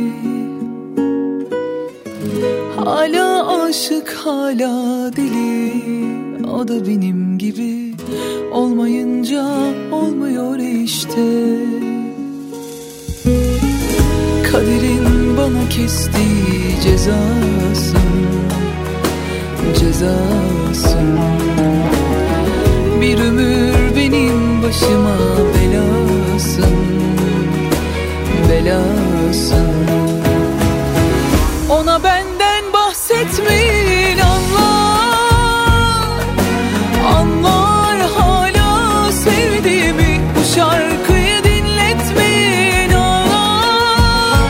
Hala aşık, hala deli. O da benim gibi. Olmayınca olmuyor işte. Kaderin bana kestiği cezasın, cezasın. Bir ömür benim başıma belasın, belasın. Ona benden bahsetmeyin, anlar, anlar hala sevdiğimi. Bu şarkıyı dinletmeyin, ağlar,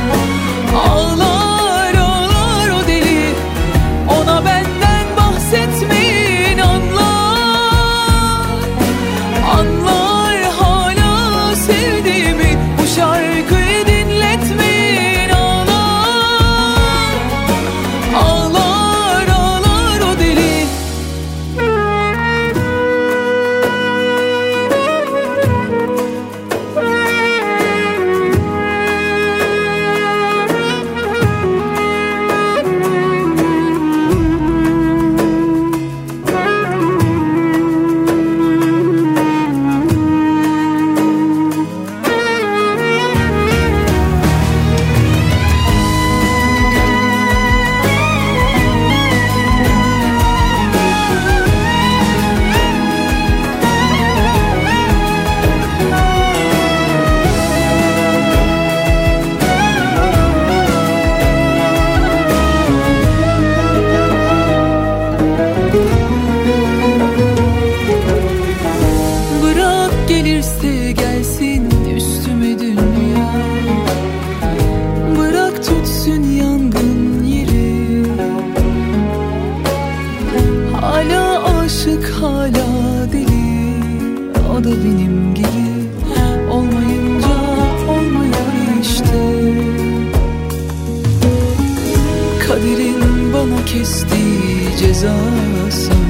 ağlar, ağlar o deli. Ona benden bahsetmeyin, anlar, anlar hala sevdiğimi. Bu şarkıyı dinletmeyin, ağlar, ağlar, ağlar o deli. Bırak gelirse gelsin üstüme dünya. Bırak tütsün yangın yeri. Hala aşık, hala deli. O da benim gibi. Olmayınca olmuyor işte. Kaderin bana kestiği cezasın,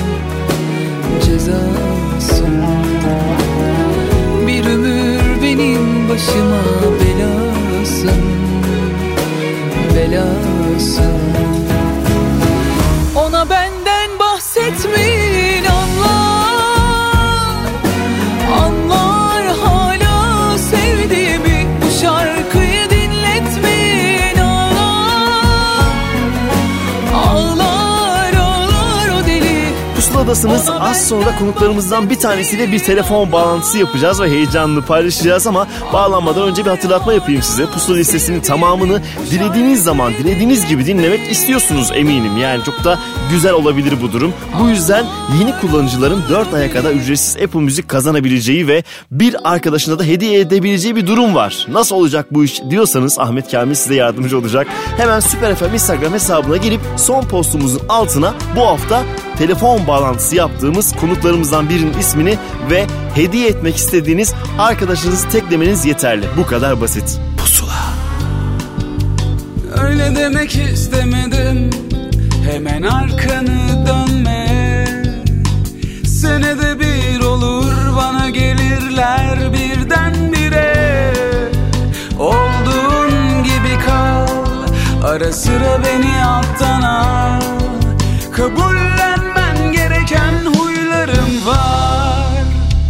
cezasın. Bir ömür benim başıma belasın, belasın. Ona benden bahsetmeyin, anlar, anlar hala sevdiğimi. Bu şarkıyı dinletmeyin, ağlar, ağlar, ağlar o deli. Pusuladasınız. Az sonra konuklarımızdan bir tanesiyle bir telefon bağlantısı yapacağız ve heyecanlı paylaşacağız ama bağlanmadan önce bir hatırlatma yapayım size. Pusula listesinin tamamını dilediğiniz zaman, dilediğiniz gibi dinlemek istiyorsunuz eminim. Yani çok da güzel olabilir bu durum. Bu yüzden yeni kullanıcıların 4 aya kadar ücretsiz Apple Müzik kazanabileceği ve bir arkadaşına da hediye edebileceği bir durum var. Nasıl olacak bu iş diyorsanız Ahmet Kamil size yardımcı olacak. Hemen Süper FM Instagram hesabına girip son postumuzun altına bu hafta telefon bağlantısı yaptığımız konuklarımızdan birinin ismini ve hediye etmek istediğiniz arkadaşınızı teklemeniz yeterli. Bu kadar basit. Pusula. Öyle demek istemedim, hemen arkanı dönme. Senede bir olur bana gelirler birdenbire. Olduğun gibi kal, ara sıra beni alttan al. Kabullenmen gereken huylarım var.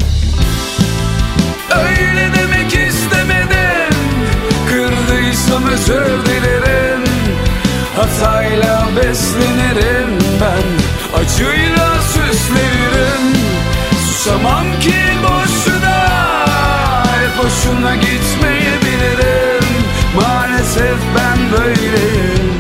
Öyle demek istemedim, kırdıysam özür dilerim. Hatayla beslenirim ben, acıyla süslenirim. Susamam ki boşuna, hep hoşuna gitmeyebilirim. Maalesef ben böyleyim.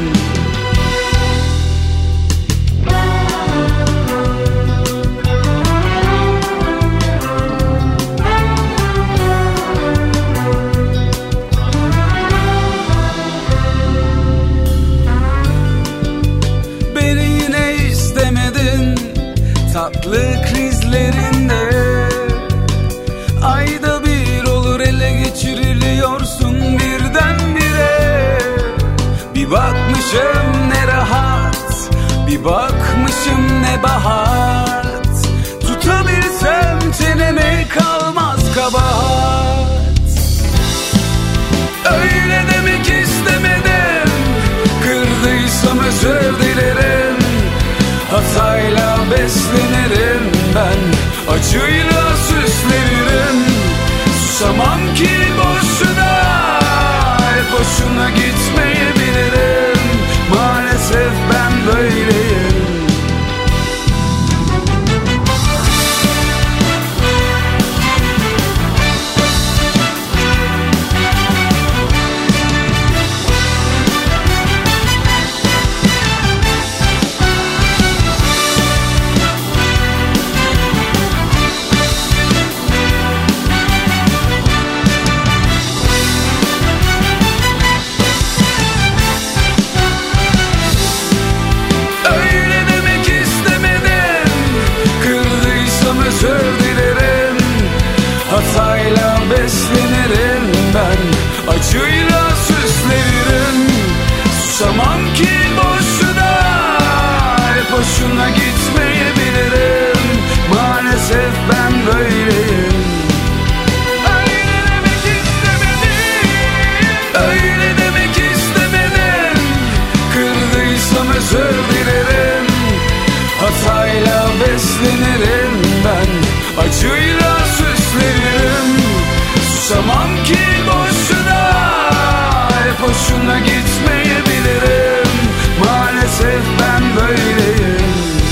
Tatlı krizlerinde ayda bir olur ele geçiriliyorsun birdenbire. Bir bakmışım ne rahat, bir bakmışım ne bahat. Tutabilsem çeneme kalmaz kabahat. acıyla süslenirim. Susamam ki boşuna, hep hoşuna gitmeyebilirim. Maalesef ben böyleyim. Hatayla beslenirim ben, acıyla süslenirim. Susamam ki boşuna, hep hoşuna gitmeyebilirim. Maalesef ben böyleyim. Öyle demek istemedim, öyle demek istemedim. Kırdıysam özür dilerim. Hatayla beslenirim ben, acıyla süslenirim. Susamam ki boşuna, hep hoşuna gitmeyebilirim. Maalesef ben böyleyim.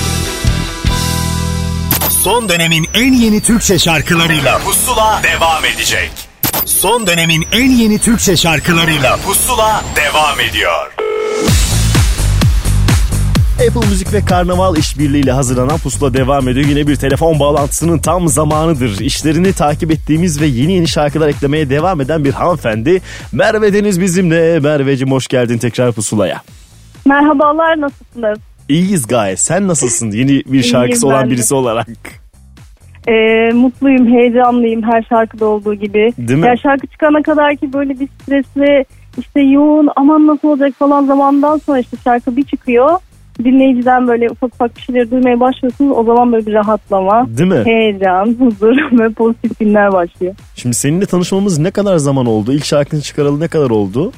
Son dönemin en yeni Türkçe şarkılarıyla Pusula devam edecek. Son dönemin en yeni Türkçe şarkılarıyla Pusula devam ediyor. Apple Müzik ve Karnaval işbirliğiyle hazırlanan Pusula devam ediyor. Yine bir telefon bağlantısının tam zamanıdır. İşlerini takip ettiğimiz ve yeni şarkılar eklemeye devam eden bir hanımefendi Merve Deniz bizimle. Merveciğim hoş geldin tekrar Pusula'ya. Merhabalar, nasılsınız? İyiyiz gayet. Sen nasılsın yeni bir şarkısı olan birisi olarak? Mutluyum, heyecanlıyım her şarkıda olduğu gibi. Değil mi? Ya şarkı çıkana kadar ki böyle bir stresli, işte yoğun, aman nasıl olacak falan zamandan sonra işte şarkı bir çıkıyor. Dinleyiciden böyle ufak ufak bir şeyleri duymaya başlıyorsunuz. O zaman böyle bir rahatlama, değil mi? Heyecan, huzur ve pozitif günler başlıyor. Şimdi seninle tanışmamız ne kadar zaman oldu? İlk şarkını çıkaralı ne kadar oldu?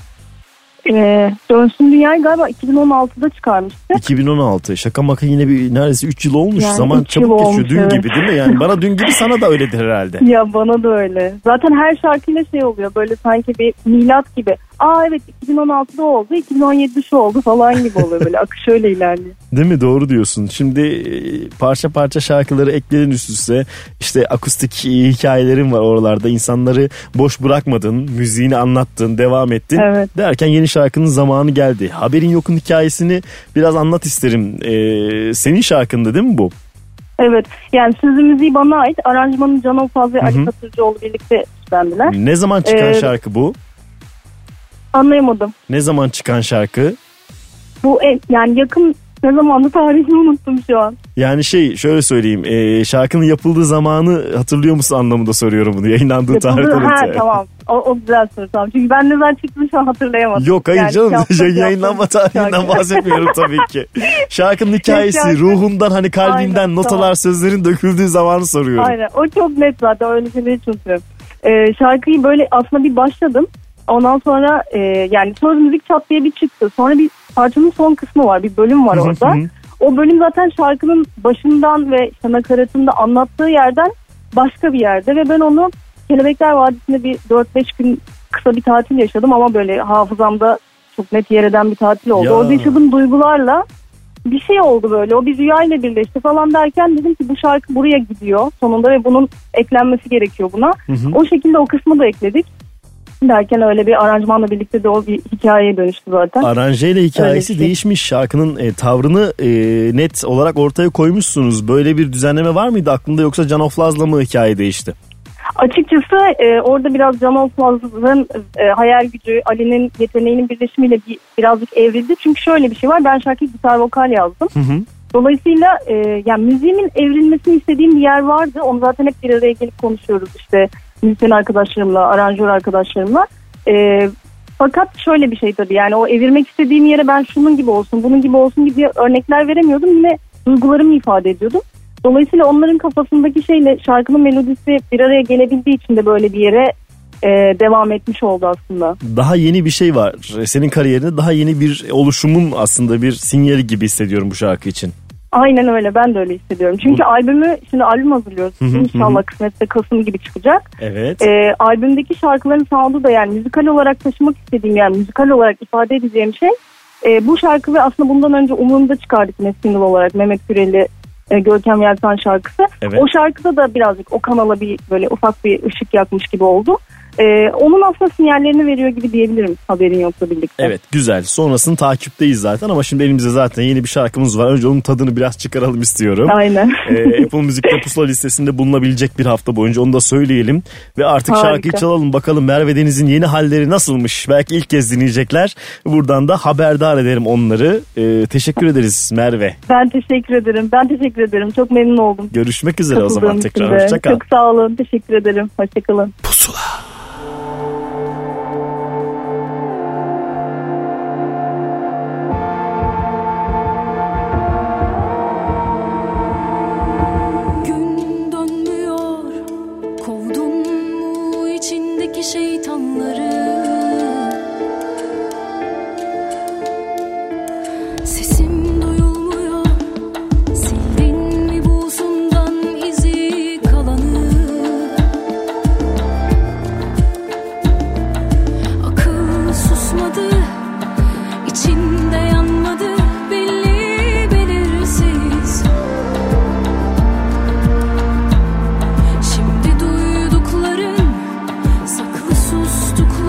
Dönsün Dünya'yı galiba 2016'da çıkarmıştı. 2016. Şaka maka yine bir neredeyse 3 yıl olmuş. Yani zaman çabuk geçiyor. olmuş, Dün evet. gibi değil mi? Yani bana dün gibi sana da öyledir herhalde. Ya bana da öyle. Zaten her şarkıyla şey oluyor. Böyle sanki bir milat gibi. Aa evet 2016'da oldu. 2017'de şu oldu falan gibi oluyor. Böyle akış öyle ilerliyor. Değil mi? Doğru diyorsun. Şimdi parça parça şarkıları ekledin üst üste. İşte akustik hikayelerin var oralarda. İnsanları boş bırakmadın. Müziğini anlattın. Devam ettin. Evet. Derken yeni şarkının zamanı geldi. Haberin Yok'un hikayesini biraz anlat isterim. Senin şarkındı değil mi bu? Evet. Yani sözü müziği bana ait. Aranjmanı Can Ofaz ve Ali Katırcıoğlu birlikte üstlendiler. Ne zaman çıkan şarkı bu? Anlayamadım. Ne zaman çıkan şarkı? Bu yani yakın ne zamandı tarihini unuttum şu an. Yani şöyle söyleyeyim. Şarkının yapıldığı zamanı hatırlıyor musun anlamında soruyorum bunu. Yayınlandığı tarihten önce. Tamam. O güzel soru tamam. Çünkü ben ne zaman çıktığını şu an hatırlayamadım. Yok hayır yani, canım. Yayınlanma tarihinden bahsetmiyorum tabii ki. Şarkının hikayesi, ruhundan hani kalbinden aynen, notalar, tamam. Sözlerin döküldüğü zamanı soruyorum. Aynen. O çok net zaten. Öyle şeyleri hiç unutmuyorum. Şarkıyı böyle aslında bir başladım. Ondan sonra yani söz müzik çat diye bir çıktı. Sonra bir parçanın son kısmı var. Bir bölüm var orada. O bölüm zaten şarkının başından ve işte nakaratında anlattığı yerden başka bir yerde. Ve ben onu Kelebekler Vadisi'nde bir 4-5 gün kısa bir tatil yaşadım. Ama böyle hafızamda çok net yer eden bir tatil oldu. Ya. Orada yaşadığım duygularla bir şey oldu böyle. O bir rüyayla birleşti falan derken dedim ki bu şarkı buraya gidiyor sonunda ve bunun eklenmesi gerekiyor buna. O şekilde o kısmı da ekledik. Derken öyle bir aranjmanla birlikte de o bir hikayeye dönüştü zaten. Aranjeyle hikayesi değişmiş. Şarkının tavrını net olarak ortaya koymuşsunuz. Böyle bir düzenleme var mıydı aklında yoksa Can Oflaz'la mı hikaye değişti? Açıkçası orada biraz Can Oflaz'ın hayal gücü, Ali'nin yeteneğinin birleşimiyle birazcık evrildi. Çünkü şöyle bir şey var. Ben şarkıyı gitar vokal yazdım. Dolayısıyla yani müziğimin evrilmesini istediğim bir yer vardı. Onu zaten hep bir araya gelip konuşuyoruz işte. Müzisyen arkadaşlarımla, aranjör arkadaşlarımla. Fakat şöyle bir şey tabii yani o evirmek istediğim yere ben şunun gibi olsun, bunun gibi olsun gibi örnekler veremiyordum. Yine duygularımı ifade ediyordum. Dolayısıyla onların kafasındaki şeyle şarkının melodisi bir araya gelebildiği için de böyle bir yere devam etmiş oldu aslında. Daha yeni bir şey var. Senin kariyerinde daha yeni bir oluşumun aslında bir sinyali gibi hissediyorum bu şarkı için. Aynen öyle, ben de öyle hissediyorum. Çünkü şimdi albüm hazırlıyoruz. İnşallah kısmetse Kasım gibi çıkacak. Evet. Albümdeki şarkıların sound'u da yani müzikal olarak taşımak istediğim, yani müzikal olarak ifade edeceğim şey bu şarkı ve aslında bundan önce Umurumda çıkardık yine single olarak Mehmet Gürel'i Görkem Yeltan şarkısı. Evet. O şarkıda da birazcık o kanala bir böyle ufak bir ışık yakmış gibi oldu. Onun aslında sinyallerini veriyor gibi diyebilirim, Haberin Yok'la birlikte. Evet, güzel. Sonrasını takipteyiz zaten ama şimdi elimizde zaten yeni bir şarkımız var. Önce onun tadını biraz çıkaralım istiyorum. Aynen. Apple Müzik'te Pusula listesinde bulunabilecek bir hafta boyunca, onu da söyleyelim. Ve artık Harika. şarkıyı çalalım bakalım Merve Deniz'in yeni halleri nasılmış. Belki ilk kez dinleyecekler. Buradan da haberdar ederim onları. Teşekkür ederiz Merve. Ben teşekkür ederim. Çok memnun oldum. Görüşmek üzere o zaman tekrar. Içinde. Hoşça kal. Çok sağ olun. Teşekkür ederim. Hoşça kalın. Pusula. Şeytanları sesim duyulmuyor, sildin mi buzundan izi kalanı, akıl susmadı, içinde yanmadı, belli belirsiz. Şimdi duydukların saklı sustukları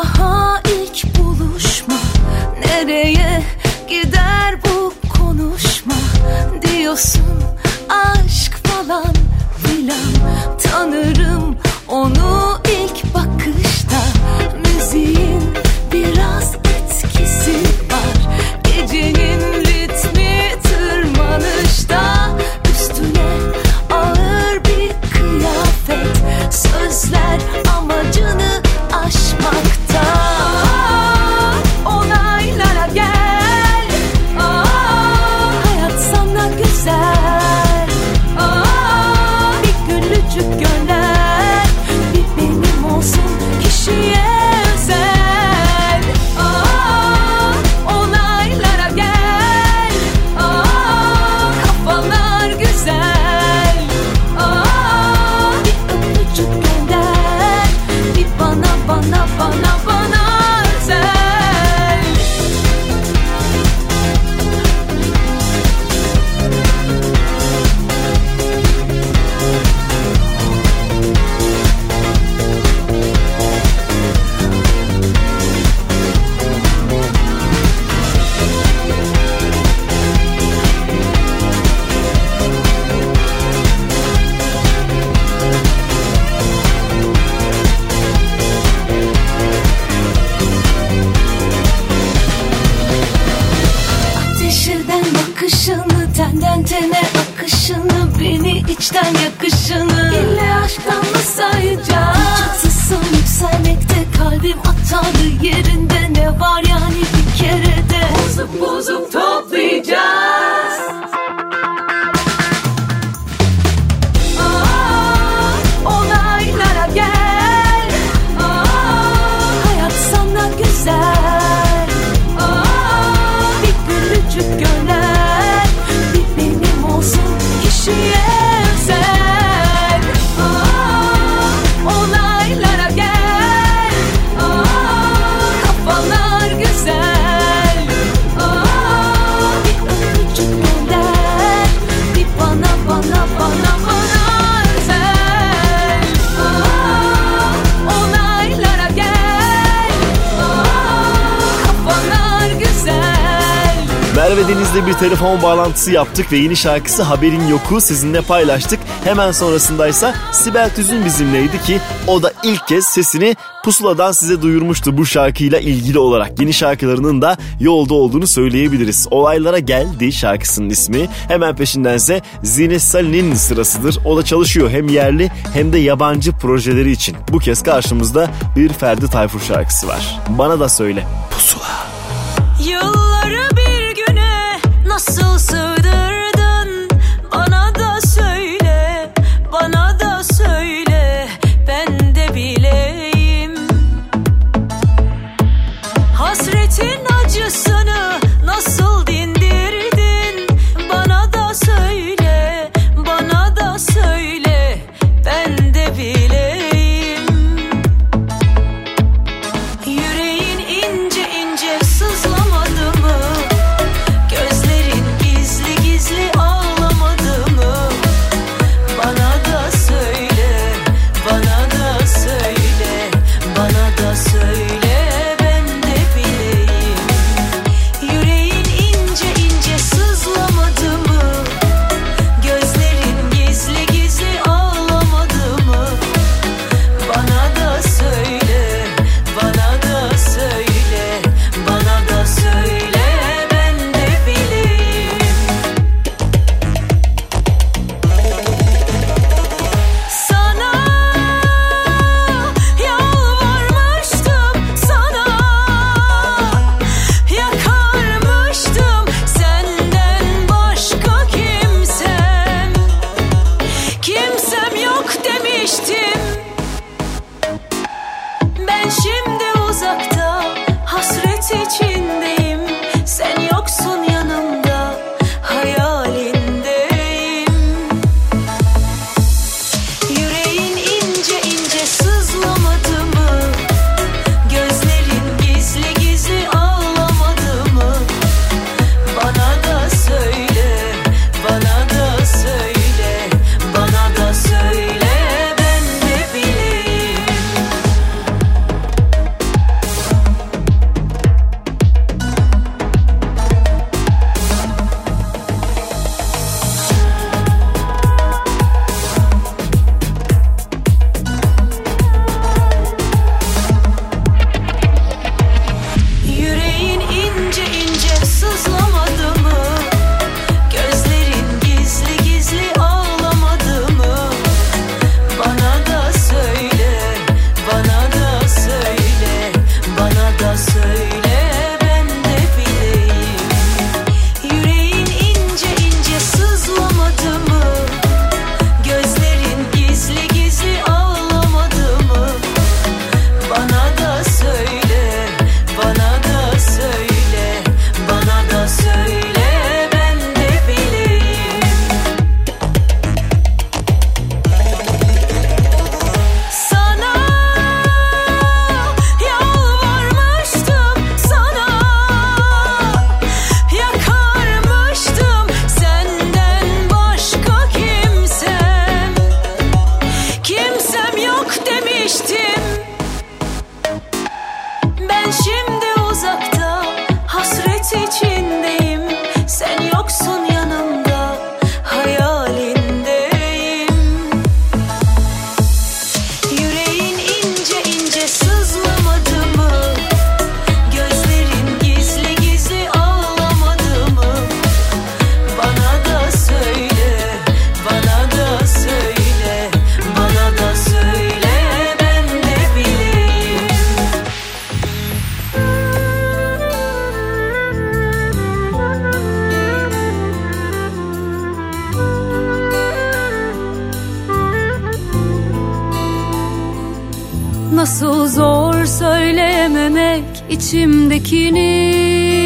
Daha ilk buluşma, nereye gider bu konuşma? Diyorsun aşk falan filan, tanırım onu ilk bakışta. Müziğin biraz etkisi var, gecenin ritmi tırmanışta. Üstüne ağır bir kıyafet, sözler amacını aşmakta. Olaylara gel, hayat sana güzel. Bir gülücük gönder, bir benim olsun kişiye özel. Olaylara gel, kafalar güzel. Bir öpücük gönder, bir bana özel. Ateşinden bakışını, tenden tene akışını, beni içten yakışını, ille aşktan mı sayacağız? Çatısın yükselmekte, kalbim hatalı yerinde. Ne var yani bir kerede? Bozup toplayacağız. Olaylara gel, hayat sana güzel. Bir gülücük gönder, bir benim olsun kişiye özel. Olaylara gel, kafalar güzel. Bir öpücük gönder, bir bana özel. Olaylara gel, kafalar güzel. Merve Deniz'le bir telefon bağlantısı yaptık ve yeni şarkısı Haberin Yok'u sizinle paylaştık. Hemen sonrasındaysa Sibel Tüzün bizimleydi ki o da ilk kez sesini Pusula'dan size duyurmuştu bu şarkıyla ilgili olarak. Yeni şarkılarının da yolda olduğunu söyleyebiliriz. Olaylara Geldi şarkısının ismi. Hemen peşindense Zine Salih'in sırasıdır. O da çalışıyor hem yerli hem de yabancı projeleri için. Bu kez karşımızda bir Ferdi Tayfur şarkısı var. Bana da söyle Pusula. Yılları bir güne nasıl sığdırdın? Bana da söyle, bana da söyle, ben de bileyim. Hasretin acısını nasıl dindirdin? Bana da söyle, bana da söyle, ben de bileyim. Yüreğin ince ince sızlamadı mı? Gözlerin gizli Nasıl zor söyleyememek içimdekini.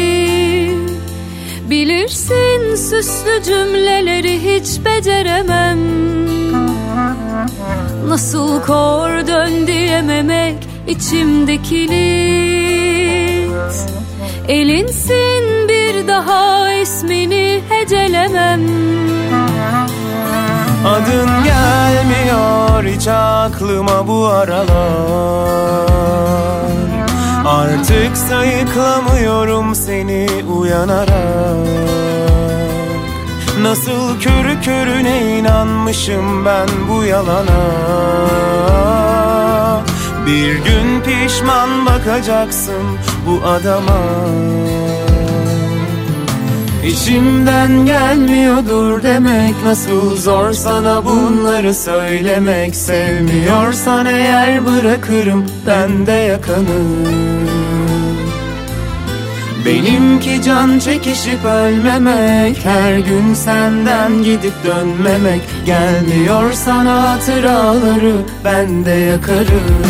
Bilirsin süslü cümleleri hiç beceremem. Nasıl kor dön diyememek içimdekini. Elinsin bir daha ismini hecelemem. Adın gelmiyor hiç aklıma bu aralar. Artık sayıklamıyorum seni uyanarak. Nasıl körü körüne inanmışım ben bu yalana. Bir gün pişman bakacaksın bu adama. İçimden gelmiyordur demek nasıl zor sana bunları söylemek. Sevmiyorsan eğer bırakırım ben de yakanı. Benimki can çekişip ölmemek, her gün senden gidip dönmemek. Gelmiyor sana hatıraları ben de yakarım.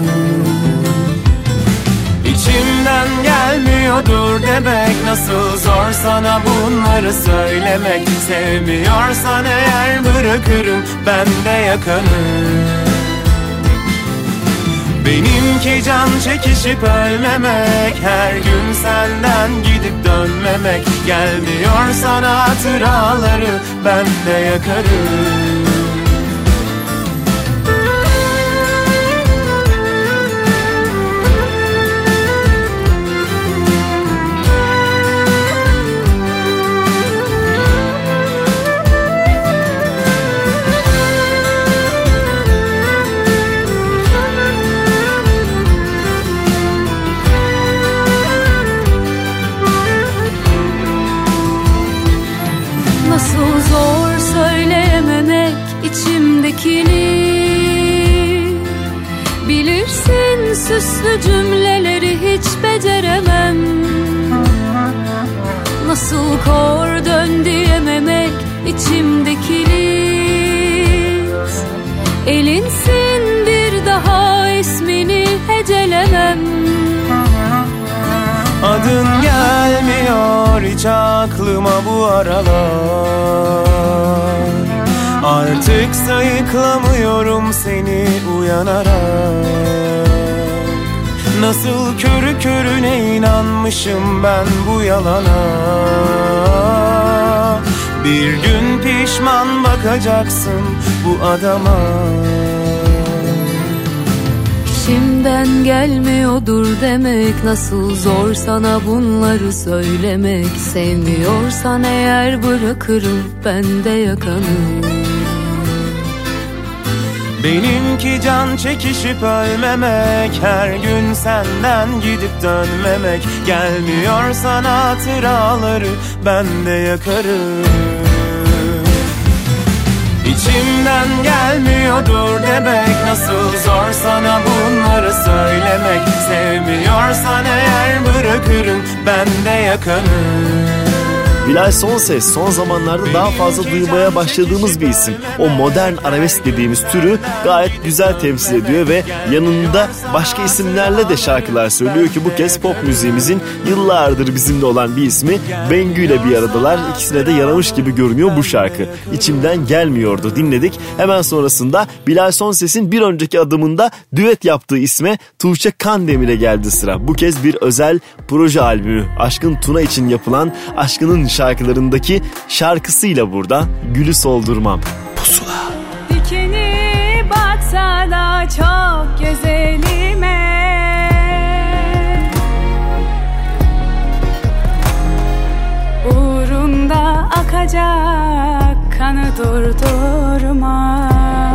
İçimden gelmiyordur demek nasıl zor sana bunları söylemek. Sevmiyorsan eğer bırakırım ben de yakanı. Benimki can çekişip ölmemek, her gün senden gidip dönmemek. Gelmiyor sana hatıraları ben de yakarım. Nasıl zor söyleyememek içimdekini. Bilirsin süslü cümleleri hiç beceremem. Nasıl kor dön diyememek içimdekini. Elinsin bir daha ismini hecelemem. Adın gelmiyor hiç aklıma bu aralar. Artık sayıklamıyorum seni uyanarak. Nasıl körü körüne inanmışım ben bu yalana. Bir gün pişman bakacaksın bu adama. İçimden gelmiyordur demek nasıl zor sana bunları söylemek. Sevmiyorsan eğer bırakırım ben de yakanı. Benimki can çekişip ölmemek, her gün senden gidip dönmemek. Gelmiyor sana hatıraları ben de yakarım. İçimden gelmiyordur demek nasıl zor sana bunları söylemek. Sevmiyorsan eğer bırakırım ben de yakanı. Bilal Sonses son zamanlarda daha fazla duymaya başladığımız bir isim. O modern arabesk dediğimiz türü gayet güzel temsil ediyor ve yanında başka isimlerle de şarkılar söylüyor ki bu kez pop müziğimizin yıllardır bizimle olan bir ismi Bengü ile bir aradalar. İkisine de yaramış gibi görünüyor bu şarkı. İçimden gelmiyordu dinledik. Hemen sonrasında Bilal Sonses'in bir önceki adımında düet yaptığı isme Tuğçe Kandemir'e geldi sıra. Bu kez bir özel proje albümü Aşkın Tuna için yapılan Aşkının şarkılarındaki şarkısıyla burada Gülü Soldurmam. Pusula. Dikeni batsa da çok güzelime, uğrunda akacak kanı durdurmam.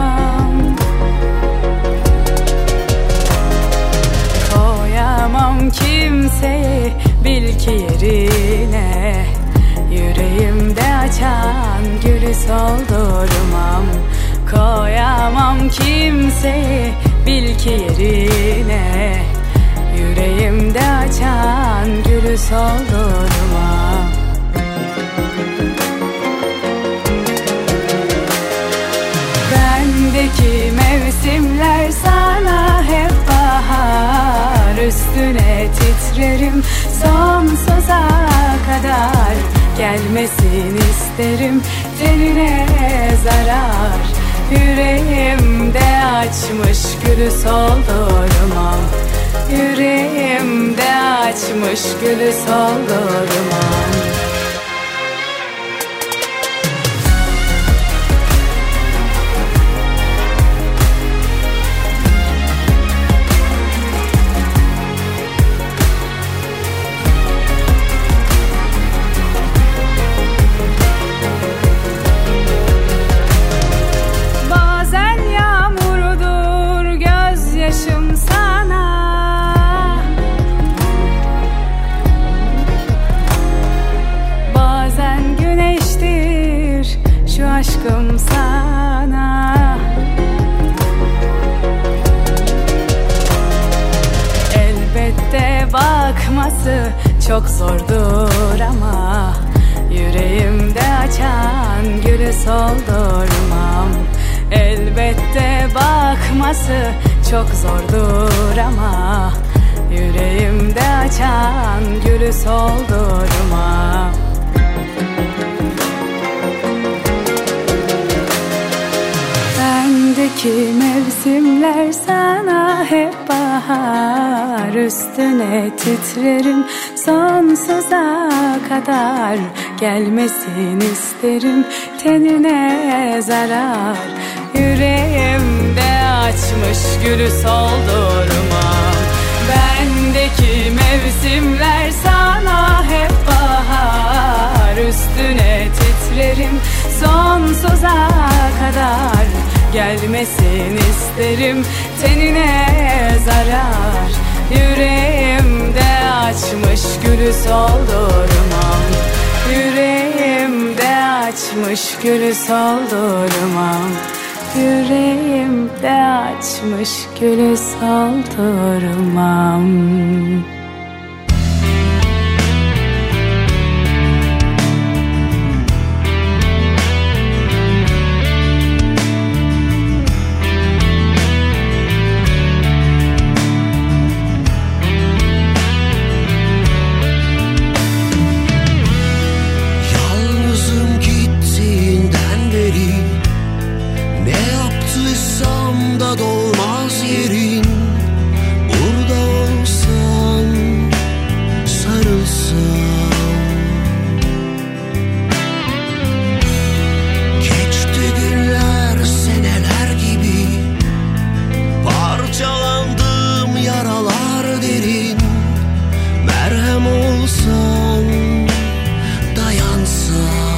Koyamam kimseyi bil ki yerine, yüreğimde açan gülü soldurmam. Koyamam kimseyi bil ki yerine, yüreğimde açan gülü soldurmam. Bendeki mevsimler sana hep var. titrerim sonsuza kadar. Gelmesin isterim tenine zarar. Yüreğimde açmış gülü soldurmam. Yüreğimde açmış gülü soldurmam. Aşkım sana elbette bakması çok zordur ama yüreğimde açan gülü soldurmam. Elbette bakması çok zordur ama yüreğimde açan gülü soldurmam. Bendeki mevsimler sana hep bahar. Üstüne titrerim sonsuza kadar. Gelmesin isterim tenine zarar. Yüreğimde açmış gülü soldurmam. Bendeki mevsimler sana hep bahar. Üstüne titrerim sonsuza kadar. Gelmesin isterim tenine zarar. Yüreğimde açmış gülü soldurmam. Yüreğimde açmış gülü soldurmam. Yüreğimde açmış gülü soldurmam. Dolmaz yerin, burada olsan, sarılsan. Geçti günler seneler gibi, parçalandım yaralar derin. Merhem olsan, dayansan.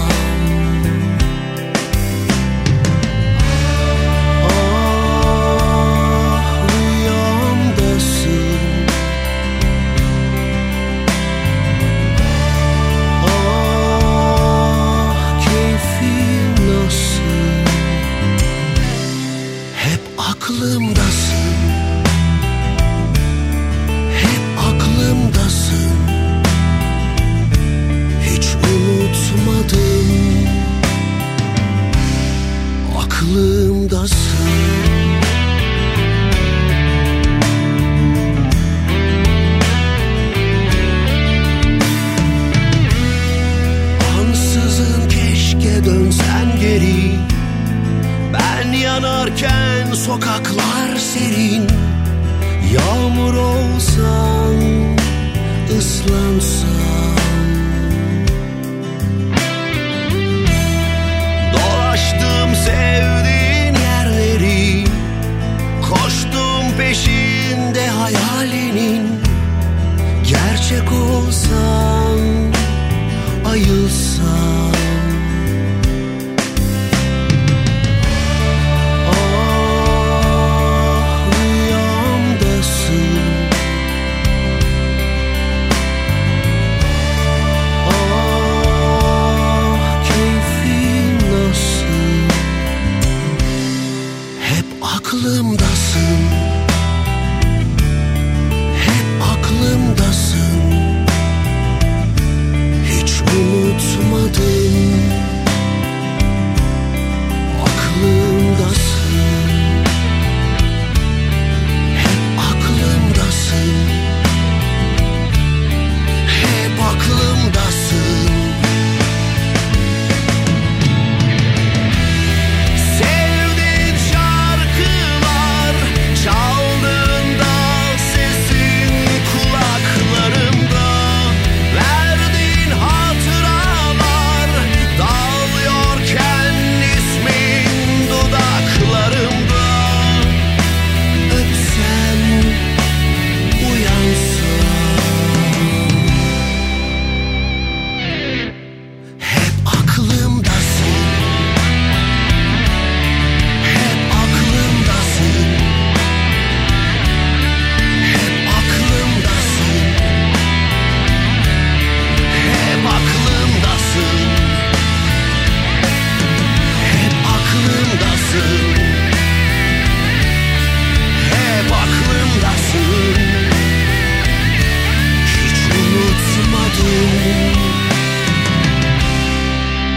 Aklımdasın, hep aklımdasın. Hiç unutmadım, aklımdasın. Ansızın keşke dönsen geri. Ben yanarken sokaklar serin. Yağmur olsan, ıslansan. Dolaştım sevdiğin yerleri. Koştum peşinde hayalinin. Gerçek olsan, ayılsan. Aklımdasın,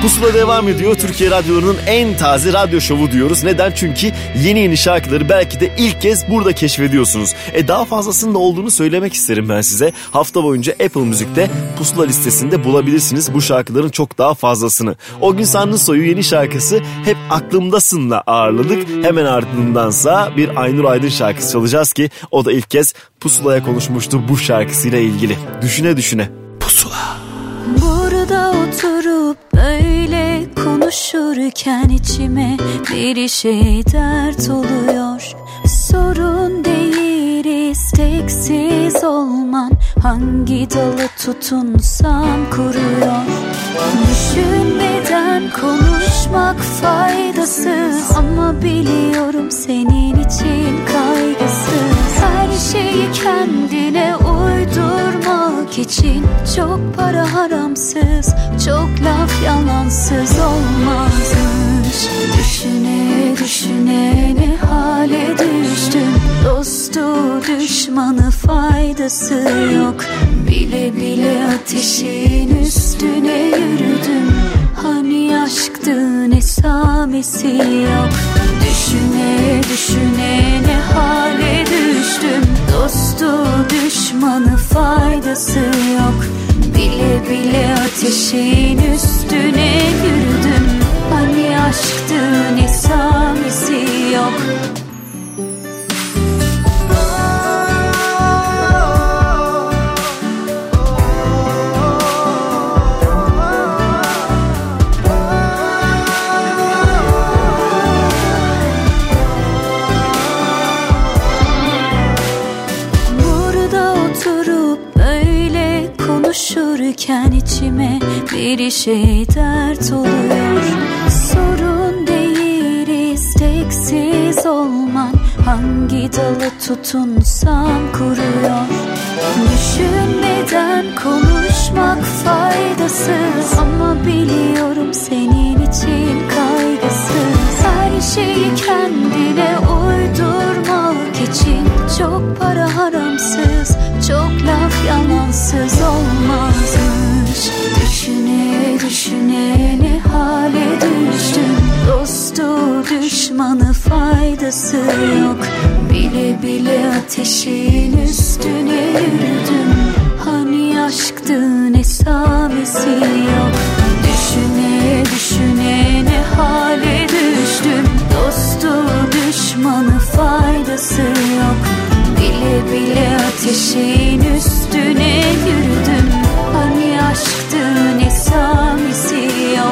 Pusula devam ediyor. Türkiye radyolarının en taze radyo şovu diyoruz. Neden? Çünkü yeni şarkıları belki de ilk kez burada keşfediyorsunuz. Daha fazlasının da olduğunu söylemek isterim ben size. Hafta boyunca Apple Müzik'te Pusula listesinde bulabilirsiniz bu şarkıların çok daha fazlasını. O gün Sanlısoy'u yeni şarkısı Hep Aklımdasın'la ağırladık. Hemen ardındansa bir Aynur Aydın şarkısı çalacağız ki o da ilk kez Pusula'ya konuşmuştu bu şarkısıyla ilgili. Düşüne düşüne. Pusula. Burada oturup böyle konuşurken içime bir şey dert oluyor. Sorun değil isteksiz olman, hangi dalı tutunsam kuruyor. Düşünmeden konuşmak faydasız, ama biliyorum senin için kaygısız. Her şeyi kendine uydurmak için çok para haramsız, çok laf yalansız olmazmış. Düşüne düşüne ne hale düştüm, dostu düşmanı faydası yok. Bile bile ateşin üstüne yürüdüm, hani aşktı nesamesi yok. Düşüne düşüne ne hale düştüm, dostu düşmanı faydası yok. Bile bile ateşin üstüne yürüdüm, hani aşktı nesamesi yok. Konuşurken içime bir şey dert oluyor. Sorun değil isteksiz olman, hangi dalı tutunsam kuruyor. Düşünmeden konuşmak faydasız, ama biliyorum senin için kaygısız. Her şeyi kendine uydurmak için çok para haramsız, çok laf yalansız olmazmış. Düşüne düşüne ne hale düştüm, dostu düşmanı faydası yok. Bile bile ateşin üstüne yürüdüm, hani aşktı nesamesi yok. Düşüne düşüne ne hale düştüm, dostu düşmanı faydası yok. Bile bile ateşin üstüne yürüdüm, hani aşktı nesamesi yok.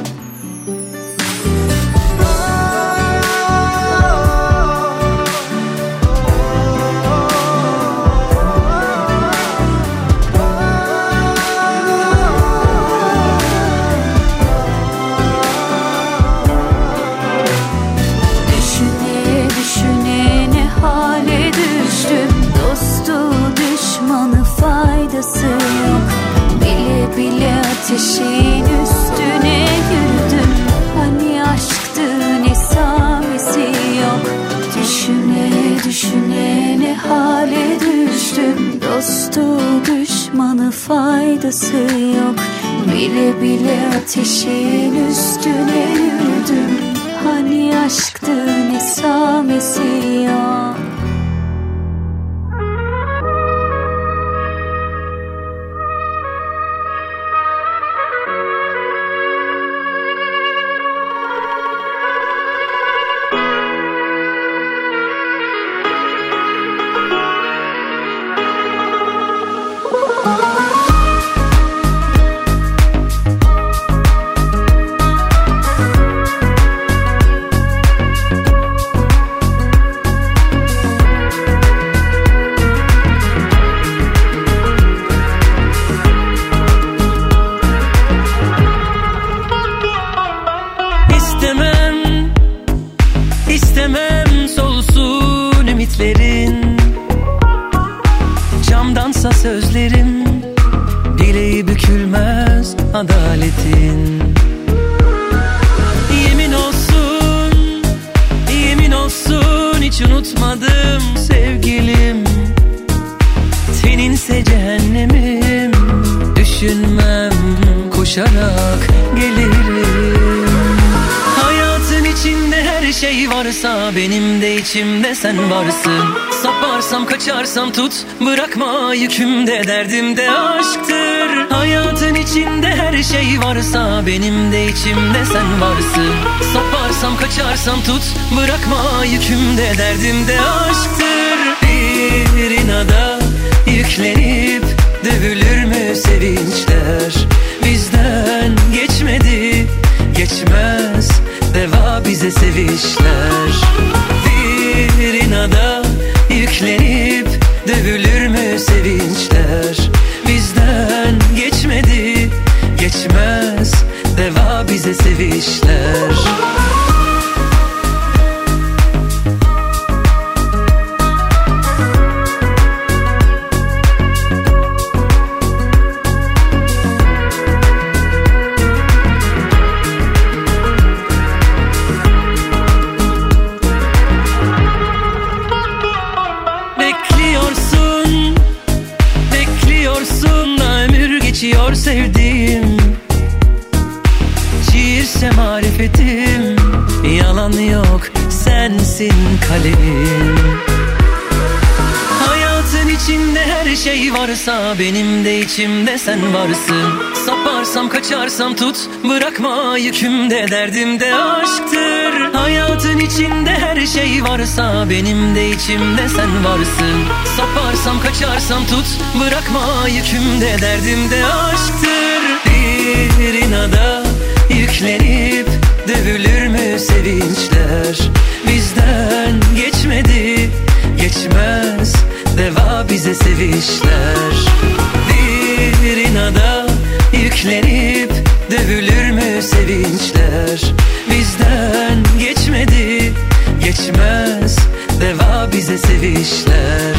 Düşüne düşüne ne hale düştüm, dostu düşmanı faydası yok. Bile bile ateşin üstüne yürüdüm, hani aşktı nesamesi yok. Düşüne düşüne ne hale düştüm, dostu düşmanı faydası yok. Bile bile ateşin üstüne yürüdüm, hani aşktı nesamesi yok. İstemem solsun ümitlerin, camdansa sözlerim, dileği bükülmez adaletin. Yemin olsun hiç unutmadım sevgilim, seninse cehennemim. Düşünmem koşarak gelirim. şey varsa benim de içimde sen varsın. Saparsam kaçarsam tut, bırakma yükümde, derdimde aşktır. Hayatın içinde her şey varsa benim de içimde sen varsın. Saparsam kaçarsam tut, bırakma yükümde, derdimde aşktır. Bir inada yüklenip dövülür mü sevinçler? Bizden geçmedi, geçmez, deva bize sevişler. Bir inada yüklenip dövülür mü sevinçler? Bizden geçmedi, geçmez, deva bize sevişler. Geçiyor sevdiğim, şiirse marifetim, yalan yok sensin kalemim. Hayatın içinde her şey varsa benim de içimde sen varsın. Saparsam kaçarsam tut, bırakma yükümde, derdimde aşktır. Hayatın içinde her şey varsa benim de içimde sen varsın. Saparsam kaçarsam tut, bırakma yükümde, derdimde aşktır. Bir inada yüklenip dövülür mü sevinçler? Bizden geçmedi, geçmez, deva bize sevişler. Bir inada yüklenip dövülür mü sevinçler? Bizden geçmedi, geçmez, deva bize sevişler.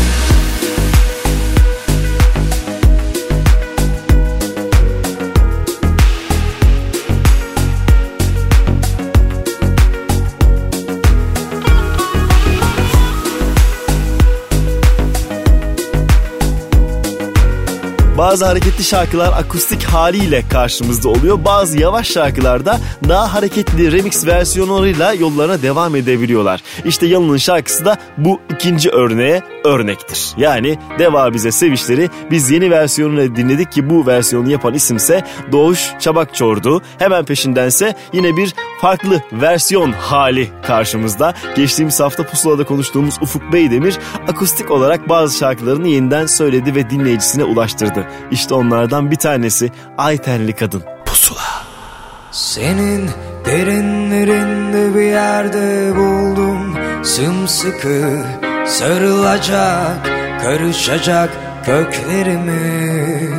Bazı hareketli şarkılar akustik haliyle karşımızda oluyor. Bazı yavaş şarkılarda daha hareketli remix versiyonlarıyla yollarına devam edebiliyorlar. İşte Yalın'ın şarkısı da bu ikinci örneğe örnektir. Yani Deva Bize Sevişleri biz yeni versiyonunu dinledik ki bu versiyonu yapan isimse Doğuş Çabakçor'du. Hemen peşindense yine bir farklı versiyon hali karşımızda. Geçtiğimiz hafta Pusula'da konuştuğumuz Ufuk Beydemir akustik olarak bazı şarkılarını yeniden söyledi ve dinleyicisine ulaştırdı. İşte onlardan bir tanesi Aytenli Kadın. Pusula. Senin derinlerinde bir yerde buldum sımsıkı sarılacak, karışacak köklerimi.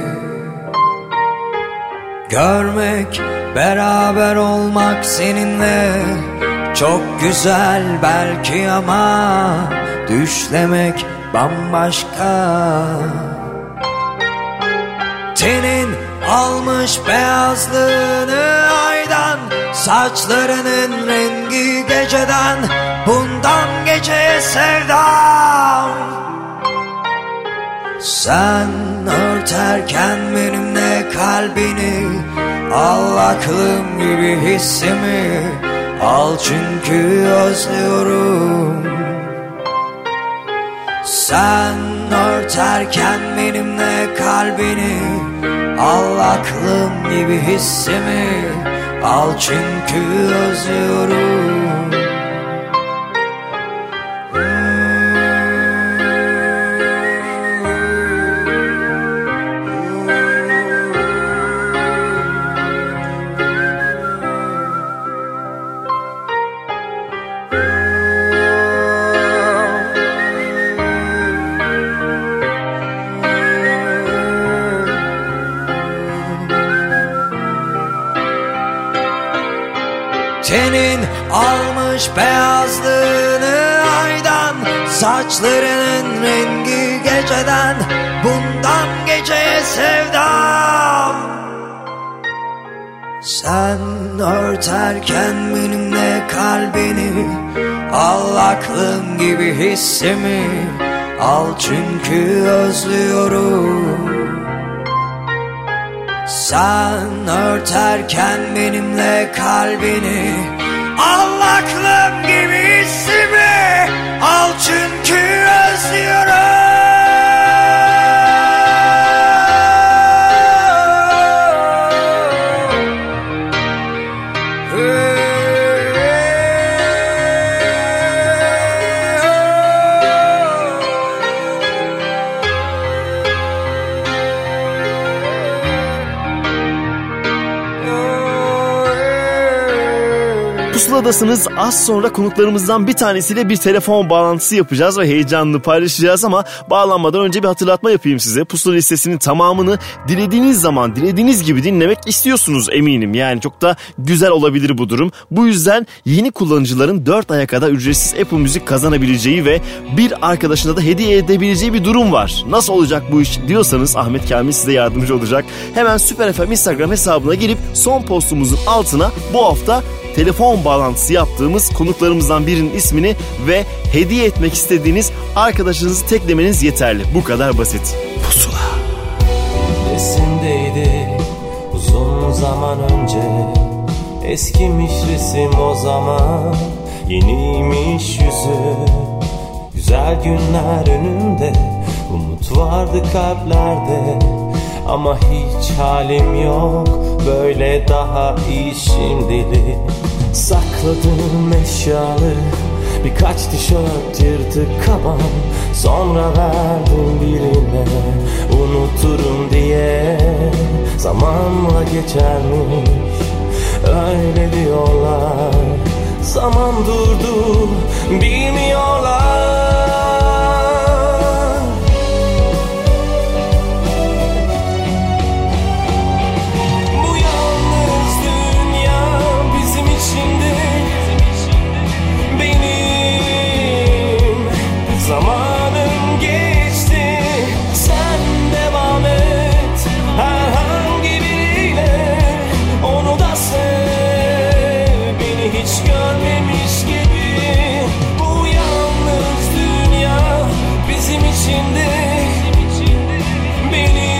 Görmek, beraber olmak seninle çok güzel belki ama düşlemek bambaşka. Tenin almış beyazlığını aydan, saçlarının rengi geceden, bundan geceye sevdam. Sen örterken benimle kalbini, al aklım gibi hissimi, al çünkü özlüyorum. Sen örterken benimle kalbini, al aklım gibi hissimi, al çünkü özlüyorum. Tenin almış beyazlığını aydan, saçlarının rengi geceden, bundan geceye sevdam. Sen örterken benimle kalbini, al aklım gibi hissimi, al çünkü özlüyorum. Sen örterken benimle kalbini, Al aklım gibi hissimi, al çünkü özlüyorum. Pusuladasınız. Az sonra konuklarımızdan bir tanesiyle bir telefon bağlantısı yapacağız ve heyecanını paylaşacağız ama bağlanmadan önce bir hatırlatma yapayım size. Pusula listesinin tamamını dilediğiniz zaman, dilediğiniz gibi dinlemek istiyorsunuz eminim. Yani çok da güzel olabilir bu durum. Bu yüzden yeni kullanıcıların 4 aya kadar ücretsiz Apple Müzik kazanabileceği ve bir arkadaşına da hediye edebileceği bir durum var. Nasıl olacak bu iş diyorsanız Ahmet Kamil size yardımcı olacak. Hemen Süper FM Instagram hesabına girip son postumuzun altına bu hafta telefon bağlantısı yaptığımız konuklarımızdan birinin ismini ve hediye etmek istediğiniz arkadaşınızı teklemeniz yeterli. Bu kadar basit. Pusula. Resimdeydi uzun zaman önce, eskimiş resim o zaman, yeniymiş yüzü. Güzel günler önümde, umut vardı kalplerde, ama hiç halim yok böyle daha iyi şimdilik. Sakladım eşyaları, birkaç tişört, yırtık kaban, sonra verdim birine unuturum diye. Zamanla geçermiş öyle diyorlar, zaman durdu bilmiyorlar. Zamanım geçti, sen devam et herhangi biriyle, onu da sev, beni hiç görmemiş gibi. Bu yalnız dünya bizim içinde, benim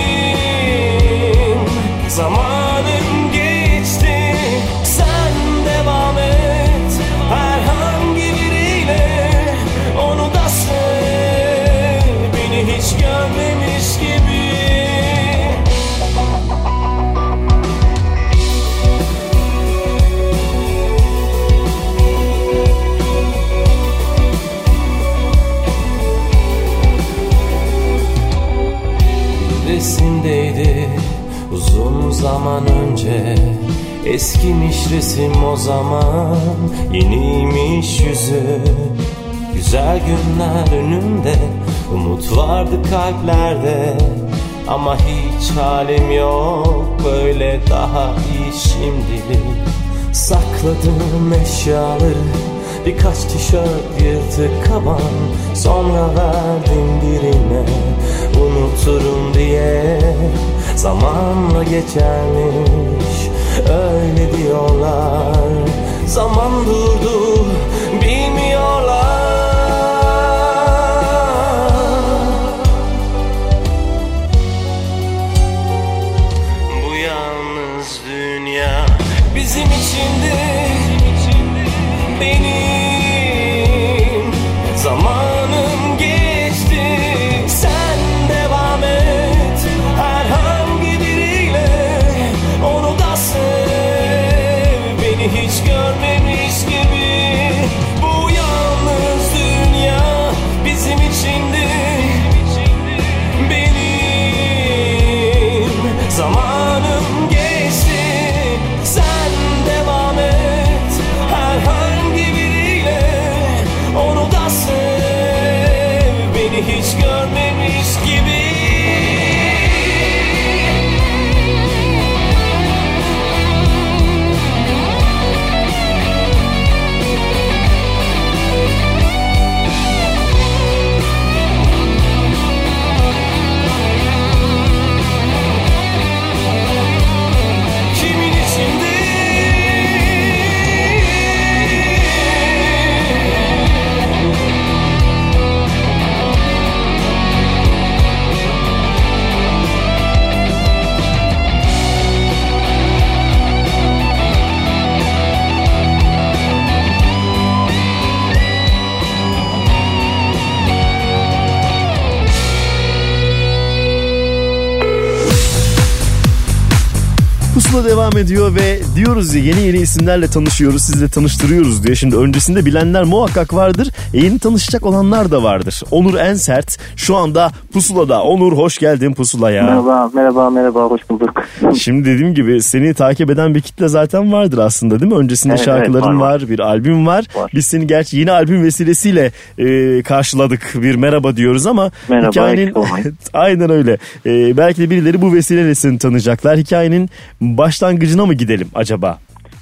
zamanım geçti, sen devam et herhangi biriyle, onu da hiç görmemiş gibi. Resimdeydi uzun zaman önce, eskimiş resim o zaman, yeniymiş yüzü. Güzel günler önümde, umut vardı kalplerde, ama hiç halim yok böyle daha iyi şimdilik. Sakladım eşyaları, birkaç tişört, yırtık kaban, sonra verdim birine unuturum diye. Zamanla geçermiş öyle diyorlar, zaman durdu bilmiyorlar. Bizim içinde, benim zamanım geçti, sen devam et herhangi biriyle, onu da sev, beni hiç görmemiş gibi. Bu yalnız dünya bizim içinde, benim zamanım geçti, sen devam et herhangi biriyle, onu da sev, beni hiç görmemiş gibi. Pusula devam ediyor ve diyoruz ya yeni isimlerle tanışıyoruz, sizle tanıştırıyoruz diye. Şimdi öncesinde bilenler muhakkak vardır. Yeni tanışacak olanlar da vardır. Onur Ensert şu anda Pusula'da. Onur hoş geldin Pusula'ya. Merhaba hoş bulduk. Şimdi dediğim gibi seni takip eden bir kitle zaten vardır aslında değil mi? Öncesinde evet, şarkıların var. Bir albüm var. Biz seni gerçi yeni albüm vesilesiyle karşıladık. Bir merhaba diyoruz ama merhaba, hikayenin aynen öyle. Belki de birileri bu vesileyle seni tanıyacaklar. Hikayenin başlangıcına mı gidelim acaba?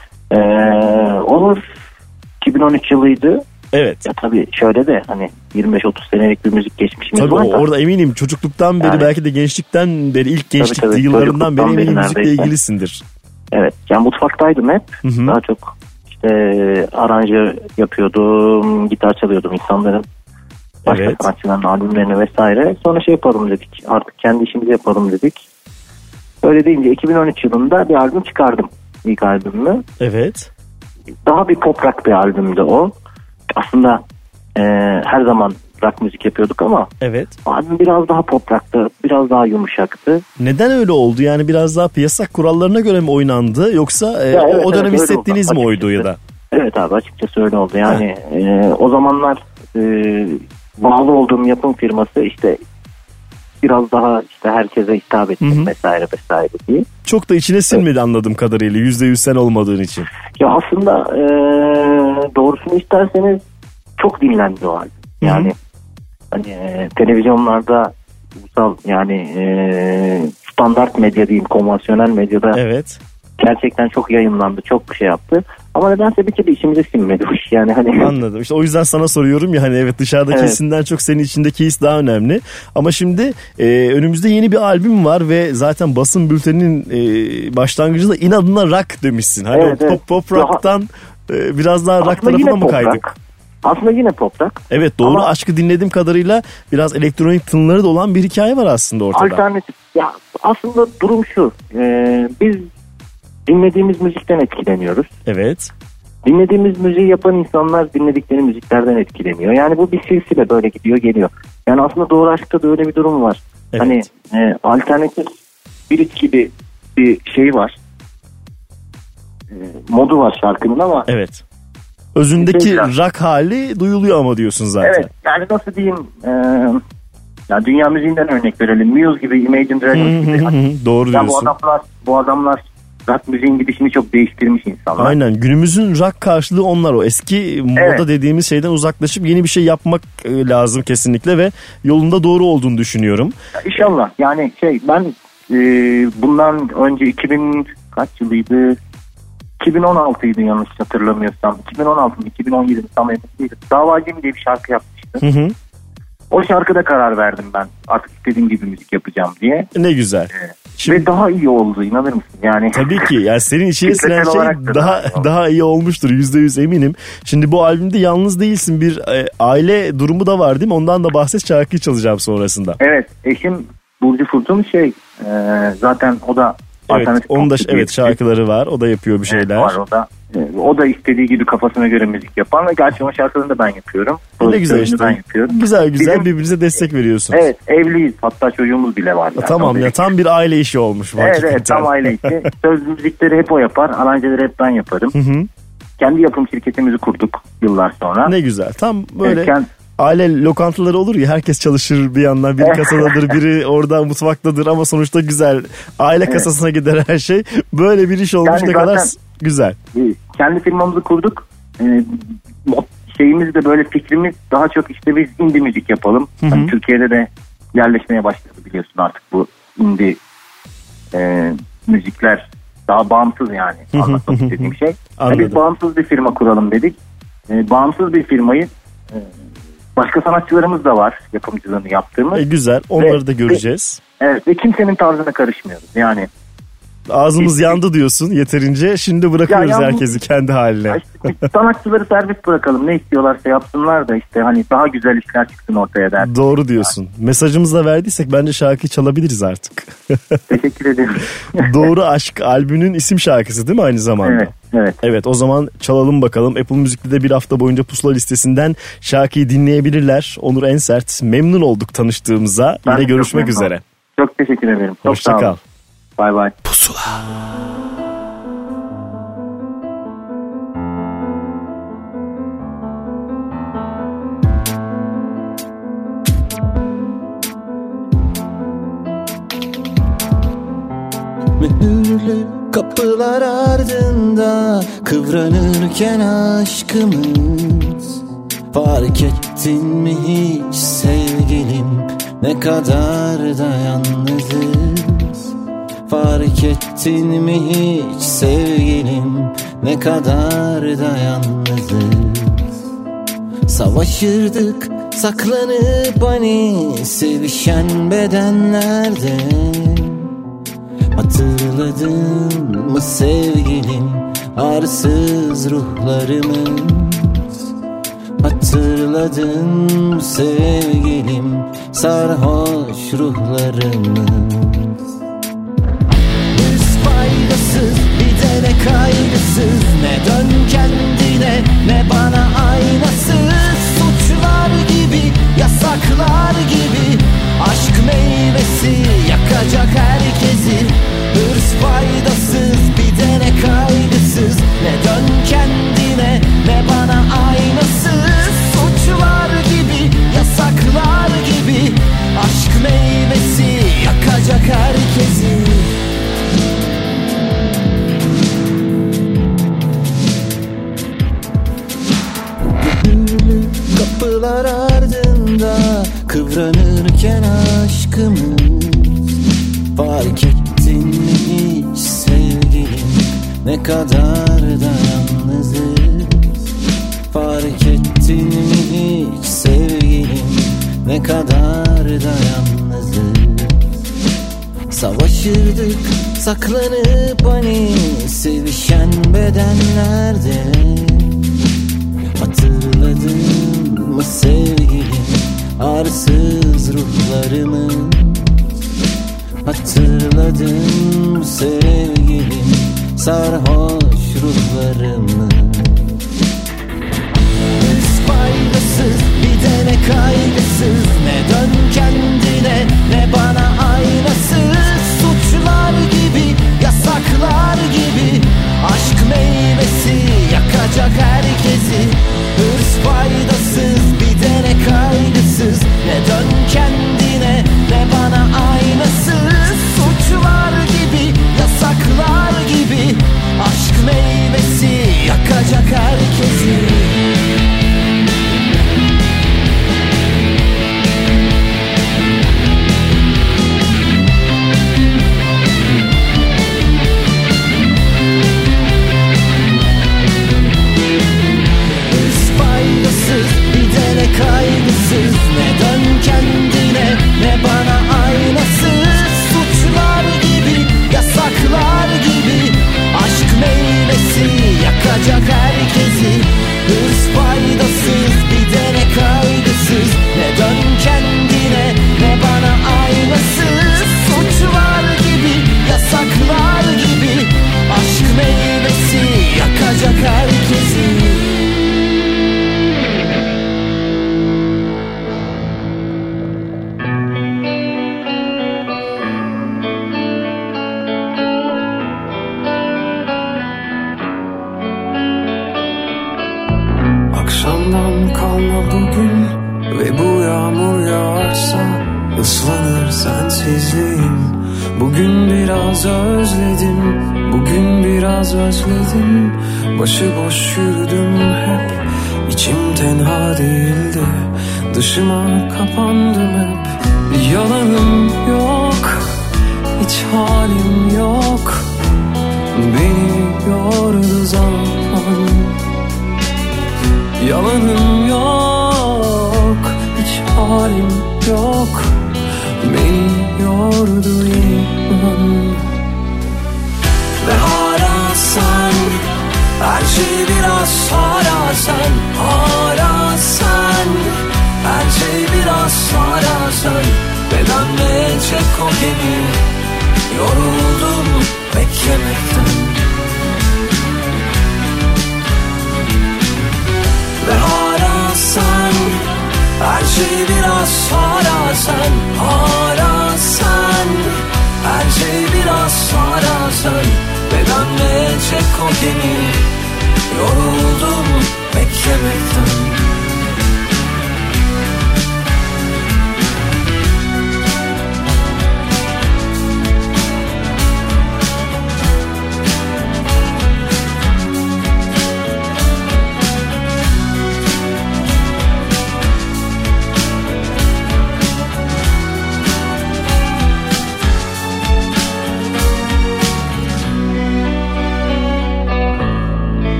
Olur. 2013 yılıydı. Evet. Ya tabii şöyle de hani 25-30 senelik bir müzik geçmişimiz tabii var da. Orada eminim çocukluktan beri, yani, belki de gençlikten beri, ilk gençlik tabii, yıllarından beri eminim müzikle ilgilisindir. Evet. Yani mutfaktaydım hep. Hı-hı. Daha çok işte aranje yapıyordum, gitar çalıyordum insanların. Başka sanatçıların albümlerini vesaire. Sonra şey yapalım dedik. Artık kendi işimizi yapalım dedik. Öyle deyince 2013 yılında bir albüm çıkardım. İlk albümümü. Evet. Daha bir pop rock bir albümdü o. Aslında her zaman rock müzik yapıyorduk ama evet. Albüm biraz daha pop rock'tı. Biraz daha yumuşaktı. Neden öyle oldu? Yani biraz daha piyasa kurallarına göre mi oynandı? Yoksa evet, o dönem hissettiğiniz mi oydu ya da? Evet abi açıkçası öyle oldu. Yani o zamanlar bağlı olduğum yapım firması işte biraz daha işte herkese hitap ettim vesaire diye. Çok da içine sinmedi anladığım kadarıyla %100 sen olmadığın için. Ya aslında doğrusunu isterseniz çok dinlendi o albüm. Yani hani televizyonlarda ulusal yani standart medya diyeyim, konvansiyonel medyada evet. Gerçekten çok yayınlandı, çok şey yaptı. Ama nedense bir kere içimize sinmedi bu iş. Yani hani anladım. İşte o yüzden sana soruyorum ya hani evet dışarıdaki hissinden çok senin içindeki his daha önemli. Ama şimdi önümüzde yeni bir albüm var ve zaten basın bülteninin başlangıcında inadına rock demişsin. Hani evet, pop rock'tan biraz daha rock tarafına mı kaydık? Aslında yine pop rock. Evet doğru. Ama Aşkı dinlediğim kadarıyla biraz elektronik tınıları da olan bir hikaye var aslında ortada. Alternatif. Ya aslında durum şu. Biz dinlediğimiz müzikten etkileniyoruz. Evet. Dinlediğimiz müziği yapan insanlar dinledikleri müziklerden etkileniyor. Yani bu bir silsile böyle gidiyor geliyor. Yani aslında Doğru Aşk'ta da öyle bir durum var. Evet. Hani alternatif bir gibi bir şey var. Modu var şarkının ama. Evet. Özündeki rock hali duyuluyor ama diyorsun zaten. Evet. Yani nasıl diyeyim? Yani dünya müziğinden örnek verelim. Muse gibi, Imagine Dragons gibi. Doğru diyorsun. Bu adamlar rock müziğin gidişini çok değiştirmiş insanlar. Aynen. Günümüzün rock karşılığı onlar o. Eski moda dediğimiz şeyden uzaklaşıp yeni bir şey yapmak lazım kesinlikle ve yolunda doğru olduğunu düşünüyorum. İnşallah. Yani ben bundan önce 2000 kaç yılıydı? 2016'ydı yanlış hatırlamıyorsam. 2016 mı 2017 mi tam emin değilim. Davacım diye bir şarkı yapmıştım. O şarkıda karar verdim ben. Artık istediğim gibi müzik yapacağım diye. Ne güzel. Ve daha iyi oldu, inanır mısın? Yani tabii ki. Yani senin içine sinen şey daha iyi olmuştur %100 eminim. Şimdi bu albümde yalnız değilsin. Bir aile durumu da var değil mi? Ondan da bahset, şarkıyı çalacağım sonrasında. Evet. Eşim Burcu Furtun zaten o da evet, onun da şarkıları var. O da yapıyor bir şeyler. Var o da. O da istediği gibi kafasına göre müzik yapan ve gerçi o şarkılarını da ben yapıyorum. Ne güzel işte. Ben yapıyorum. Güzel birbirinize destek veriyorsunuz. Evet, evliyiz. Hatta çocuğumuz bile var. Yani. Tamam ya, tam bir aile işi olmuş. Evet, tam aile işi. Söz müzikleri hep o yapar. Aranjeleri hep ben yaparım. Kendi yapım şirketimizi kurduk yıllar sonra. Ne güzel. Tam böyle aile lokantaları olur ya, herkes çalışır bir yandan, biri kasadadır, biri orada mutfaktadır ama sonuçta güzel. Aile kasasına gider her şey. Böyle bir iş olmuş, yani ne kadar güzel. Kendi firmamızı kurduk. Şeyimiz de böyle, fikrimiz daha çok işte biz indie müzik yapalım. Hani Türkiye'de de yerleşmeye başladı biliyorsun artık bu indie müzikler daha bağımsız yani anlatmak istediğim şey. Yani biz bağımsız bir firma kuralım dedik. Bağımsız bir firmayı başka sanatçılarımız da var yapımcılığını yaptığımız. Güzel, onları da göreceğiz. Evet, ve kimsenin tarzına karışmıyoruz yani. Ağzımız yandı diyorsun yeterince, şimdi bırakıyoruz herkesi kendi haline. İşte, sanatçıları serbest bırakalım, ne istiyorlarsa yapsınlar da işte hani daha güzel işler çıksın ortaya der. Doğru diyorsun. Yani. Mesajımızı da verdiysek bence şarkıyı çalabiliriz artık. Teşekkür ederim. Doğru Aşk albümünün isim şarkısı değil mi aynı zamanda? Evet. Evet, o zaman çalalım bakalım. Apple Müzik'te de bir hafta boyunca Pusula listesinden şarkıyı dinleyebilirler. Onur Ensert, memnun olduk tanıştığımıza. Yine görüşmek üzere. Çok teşekkür ederim. Hoşça kal. Bye bye. Pusula. Mühürlü kapılar ardında kıvranırken aşkımız. Fark ettin mi hiç sevgilim ne kadar da yalnızız? Fark ettin mi hiç sevgilim ne kadar da yalnızız? Savaşırdık saklanıp hani sevişen bedenlerde. Hatırladın mı sevgilim arsız ruhlarımız? Hatırladın mı sevgilim sarhoş ruhlarımız? Hırs faydasız bir de ne kaygısız, ne dön kendine ne bana aynasız. Suçlar gibi yasaklar gibi aşk meyvesi yakacak herkesi. Hırs faydasız bir de ne kaygısız, ne dön kendine ne bana aynasız. Suçlar gibi yasaklar gibi aşk meyvesi yakacak herkesi. Mühürlü kapılar ardında kıvranırken aşkımız. Fark ettin mi hiç sevgilim ne kadar da yalnızız? Fark ettin mi hiç sevgilim ne kadar da yalnızız? Savaşırdık saklanıp hani sevişen bedenlerde. Hatırladın mı sevgilim arsız ruhlarımız? Hatırladın mı sevgilim sarhoş ruhlarımız? Hırs faydasız bir de ne kaygısız, ne dön kendine ne bana aynasız. Suçlar gibi yasaklar gibi aşk meyvesi yakacak herkesi. Hırs faydasız bir de ne kaygısız, ne dön kendine ne bana aynasız. Suçlar gibi yasaklar gibi aşk meyvesi yakacak herkesi. Bir de ne kaygısız, ne dön kendine ne bana aynasız. Suçlar gibi yasaklar gibi aşk meyvesi yakacak herkesi. Hırs faydasız bir de ne kaygısız, ne dön kendine ne bana aynasız. Suçlar gibi yasaklar gibi aşk meyvesi yakacak herkesi. Bugün ve bu yağmur yağarsa ıslanır sensizliğim. Bugün biraz özledim, bugün biraz özledim. Başıboş yürüdüm hep, içim tenha değildi. Dışıma kapandım hep. Yalanım yok, hiç halim yok. Beni yordu zaman. Yalanım yok, hiç halim yok. Beni yordu inan. Ve hala sen, her şey biraz hala sen. Hala sen, her şey biraz hala sen. Bedenle çek o gemi, yoruldum beklemekten. Ve hala sen, her şey biraz hala sen. Hala sen, her şey biraz hala sen. Bedenle çek o gemi, yoruldum beklemekten.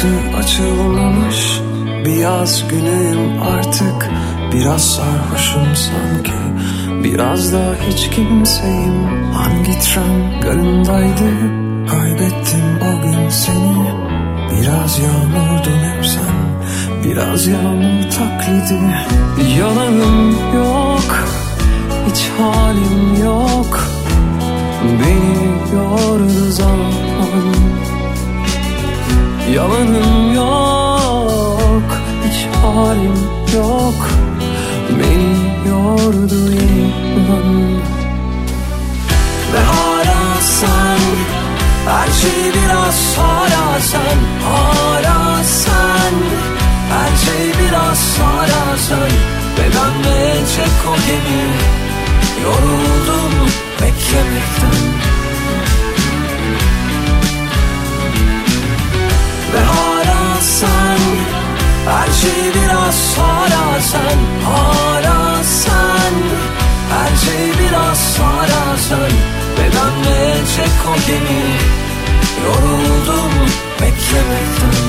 üstü açılmamış bir yaz günüyüm artık. Biraz sarhoşum sanki, biraz da hiç kimseyim. Hangi tren garındaydı, kaybettim o gün seni. Biraz yağmurdun hep sen, biraz yağmur taklidi. Yalanım yok, hiç halim yok, beni yordu zaman. Yalanım yok, hiç halim yok, beni yordu inan. Ve hala sen, her şey biraz hala sen. Hala sen, her şey biraz hala sen. Ve dönmeyecek o gemi, yoruldum beklemekten. Ve hala sen, her şey biraz hala sen. Hala sen, her şey biraz hala sen. Ve dönmeyecek o gemi, yoruldum beklemekten.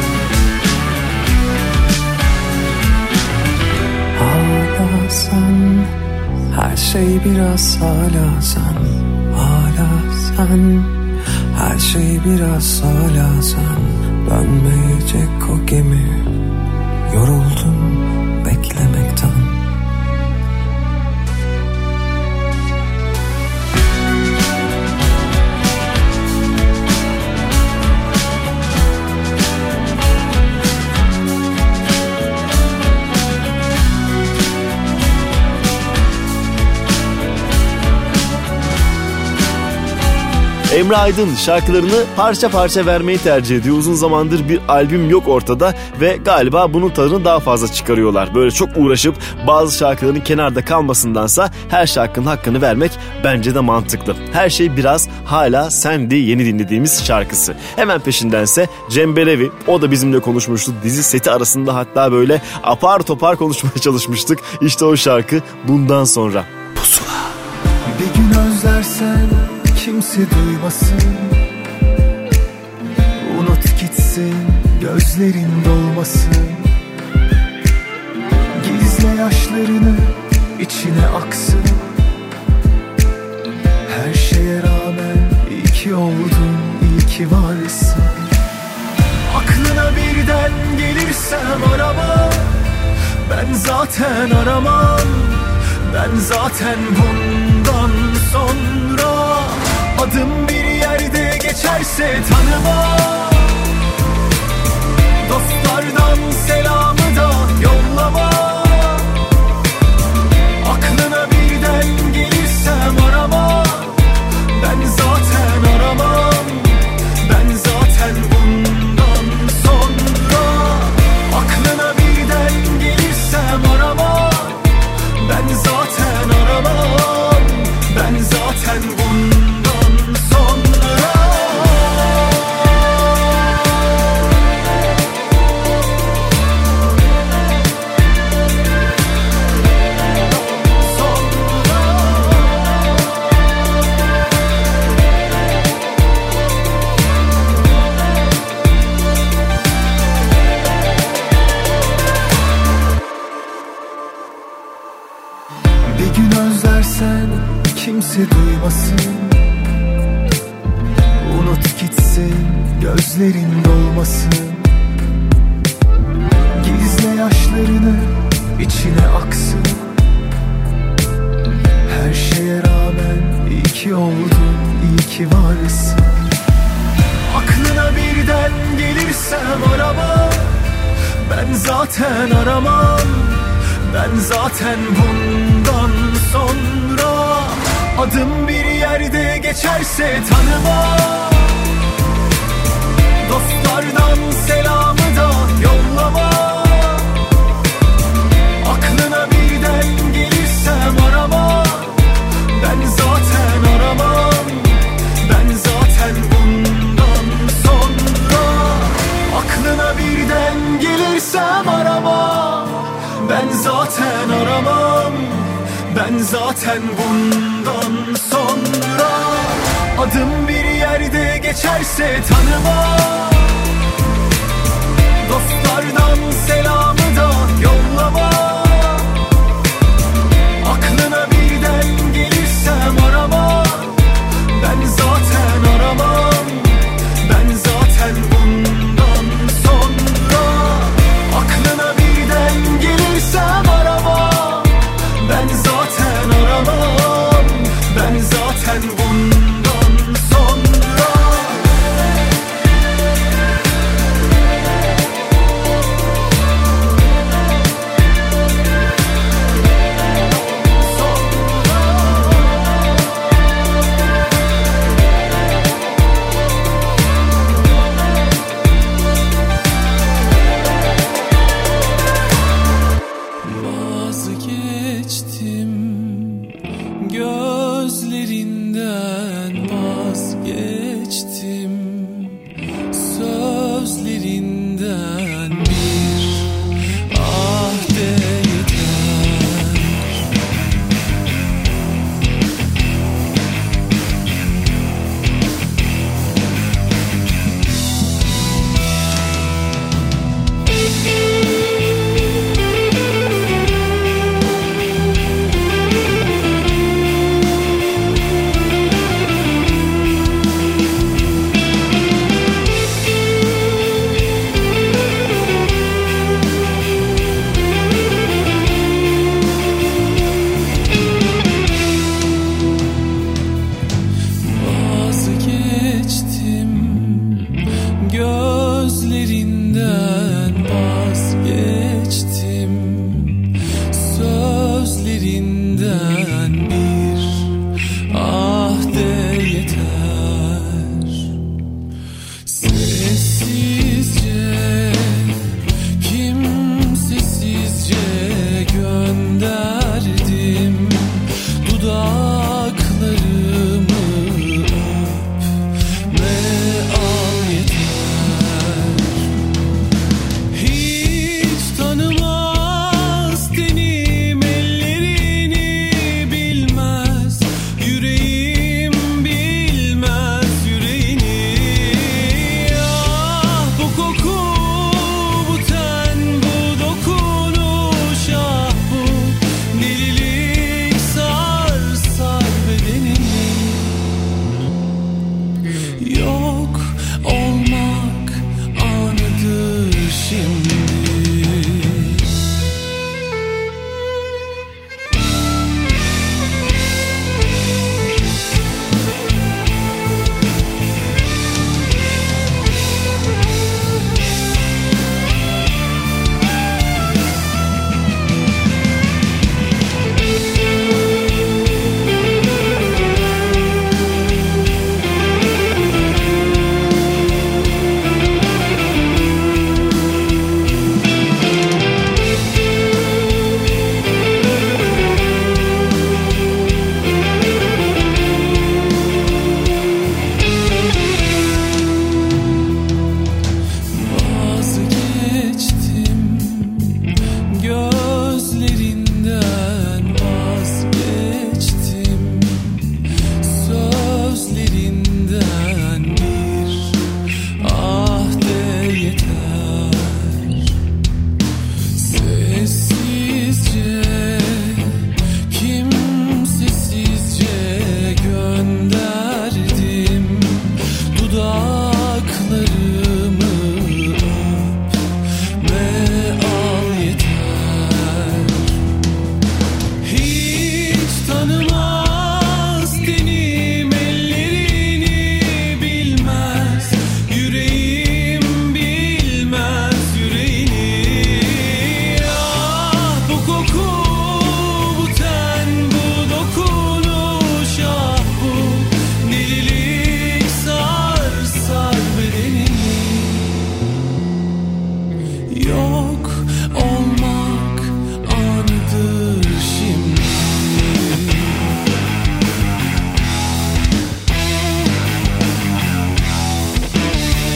Hala sen, her şey biraz hala sen. Hala sen, her şey biraz hala sen. Dönmeyecek o gemi, yoruldum beklemekten. Emre Aydın şarkılarını parça parça vermeyi tercih ediyor. Uzun zamandır bir albüm yok ortada ve galiba bunun tadını daha fazla çıkarıyorlar. Böyle çok uğraşıp bazı şarkıların kenarda kalmasındansa her şarkının hakkını vermek bence de mantıklı. Her şey biraz hala sendi yeni dinlediğimiz şarkısı. Hemen peşindense Cem Belevi, o da bizimle konuşmuştu. Dizi seti arasında hatta böyle apar topar konuşmaya çalışmıştık. İşte o şarkı bundan sonra. Pusula. Bir gün özlersen kimse duymasın, unut gitsin, gözlerin dolmasın. Gizle yaşlarını, içine aksın. Her şeye rağmen iyi ki oldun, iyi ki varsın. Aklına birden gelirsem arama, ben zaten aramam. Ben zaten bundan sonra adım bir yerde geçerse tanıma. Dostlardan selamı da yollama. Aklına birden gelirsem arama, ben zaten aramam. Ben zaten bundan sonra aklına birden gelirsem arama. Ben zaten aramam. Ben zaten bundan sonra. Bir gün özlersen kimse duymasın, unut gitsin, gözlerin dolmasın. Gizle yaşlarını, içine aksın. Her şeye rağmen iyi ki oldun, iyi ki varsın. Aklına birden gelirsem arama, ben zaten aramam. Ben zaten bundan sonra adım bir yerde geçerse tanıma. Dostlardan selamı da yollama. Aklına birden gelirsem arama. Ben zaten aramam. Ben zaten bundan sonra aklına birden gelirsem arama. Ben zaten aramam. Ben zaten bundan sonra adım bir yerde geçerse tanıma.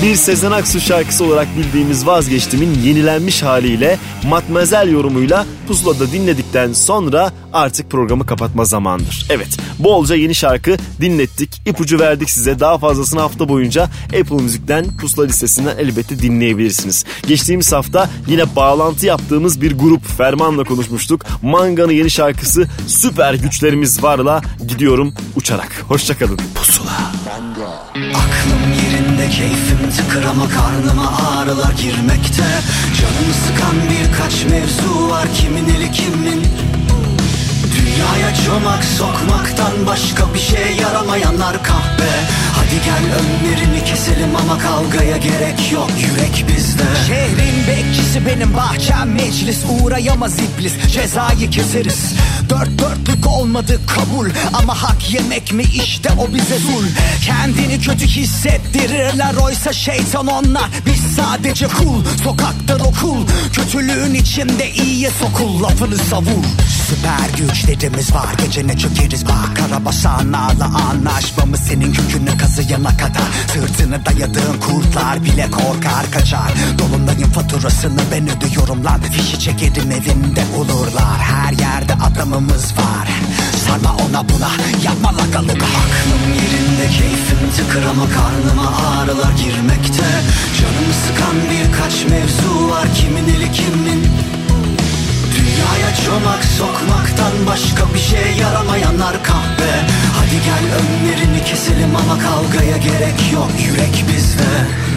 Bir Sezen Aksu şarkısı olarak bildiğimiz Vazgeçtim'in yenilenmiş haliyle Matmazel yorumuyla Pusula'da dinledikten sonra artık programı kapatma zamandır. Evet, bolca yeni şarkı dinlettik, ipucu verdik size. Daha fazlasını hafta boyunca Apple Müzik'ten, Pusula listesinden elbette dinleyebilirsiniz. Geçtiğimiz hafta yine bağlantı yaptığımız bir grup Ferman'la konuşmuştuk. Manga'nın yeni şarkısı Süper Güçlerimiz Var'la gidiyorum uçarak. Hoşçakalın. Pusula. Aklım yerinde, keyfim tıkır ama karnıma ağrılar girmekte. Canımı sıkan birkaç mevzu var, kimin eli kimin. Dünyaya çomak sokmaktan başka bir şey yaramayanlar kahpe. Hadi gel önlerini keselim ama kavgaya gerek yok, yürek bizde. Şehrin bekçisi benim bahçem meclis, uğrayamaz iblis, cezayı keseriz. Dört dörtlük olmadı kabul ama hak yemek mi işte o bize zul. Kendini kötü hissettirirler oysa şeytan onlar, biz sadece kul. Sokakta okul, kötülüğün içinde iyiye sokul, lafını savur. Süper güçlerimiz var, gece ne çökeriz bak. Karabasanlarla anlaşmamız senin kökünü kazıyana kadar. Sırtını dayadığın kurtlar bile korkar kaçar. Dolunayın faturasını ben ödüyorum lan. Fişi çekerim evinde olurlar. Her yerde adamımız var. Sarma ona buna, yapma laka luka. Aklım yerinde, keyfim tıkır ama karnıma ağrılar girmekte. Canımı sıkan birkaç mevzu var, kimin eli kimin. Dünyaya çomak sokmaktan başka bir şey yaramayanlar kahpe. Hadi gel önlerini keselim ama kavgaya gerek yok, yürek bizde.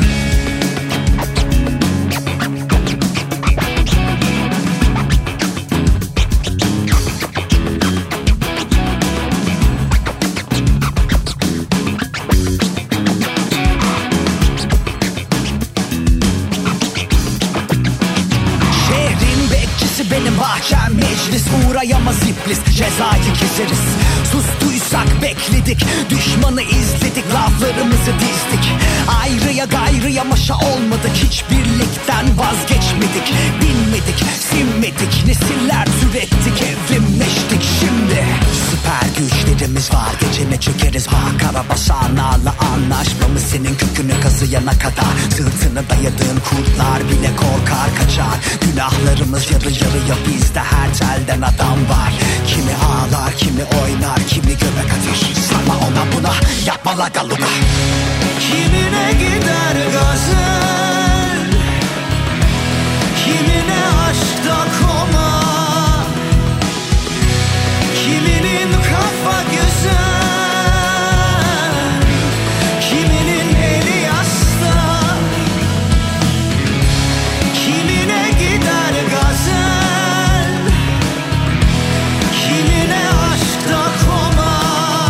Benim bahçem meclis, uğrayamaz iblis, cezayı keseriz. Sustuysak bekledik, düşmanı izledik, laflarımızı dizdik. Ayrıya gayrıya maşa olmadık, hiç birlikten vazgeçmedik. Bilmedik, sinmedik, nesiller türettik, evrimleştik şimdi. Süper güçlerimiz var, gece ne çökeriz bak. Karabasanlarla anlaşmamız senin kökünü kazıyana kadar. Sırtını dayadığın kurtlar bile korkar kaçar. Günahlarımız yarı yarıya, bizde her telden adam var. Kimi ağlar, kimi oynar, kimi göbek atır. Sarma ona buna, yapma laka luka. Kimine gider gazın, kimine aşkta koma, kiminin kafa güzel, kiminin eli yasta. Kimine gider gazın, kimine aşkta koma,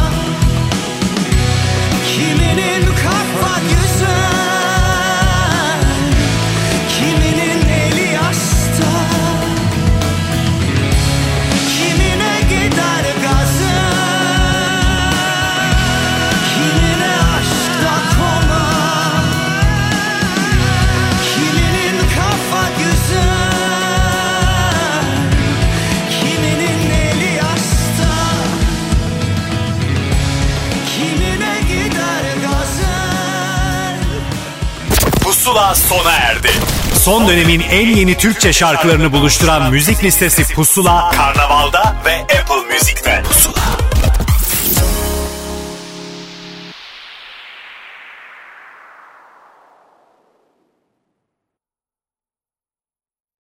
kiminin kafa güzel, kiminin eli yasta. Kimine gider gazın, kimine aşkta koma, kiminin kafa güzel, kiminin eli yasta. Kimine gider gazın. Pusula sona erdi. Son dönemin en yeni Türkçe şarkılarını buluşturan müzik listesi Pusula, Karnaval'da ve Apple Müzik'te. Pusula.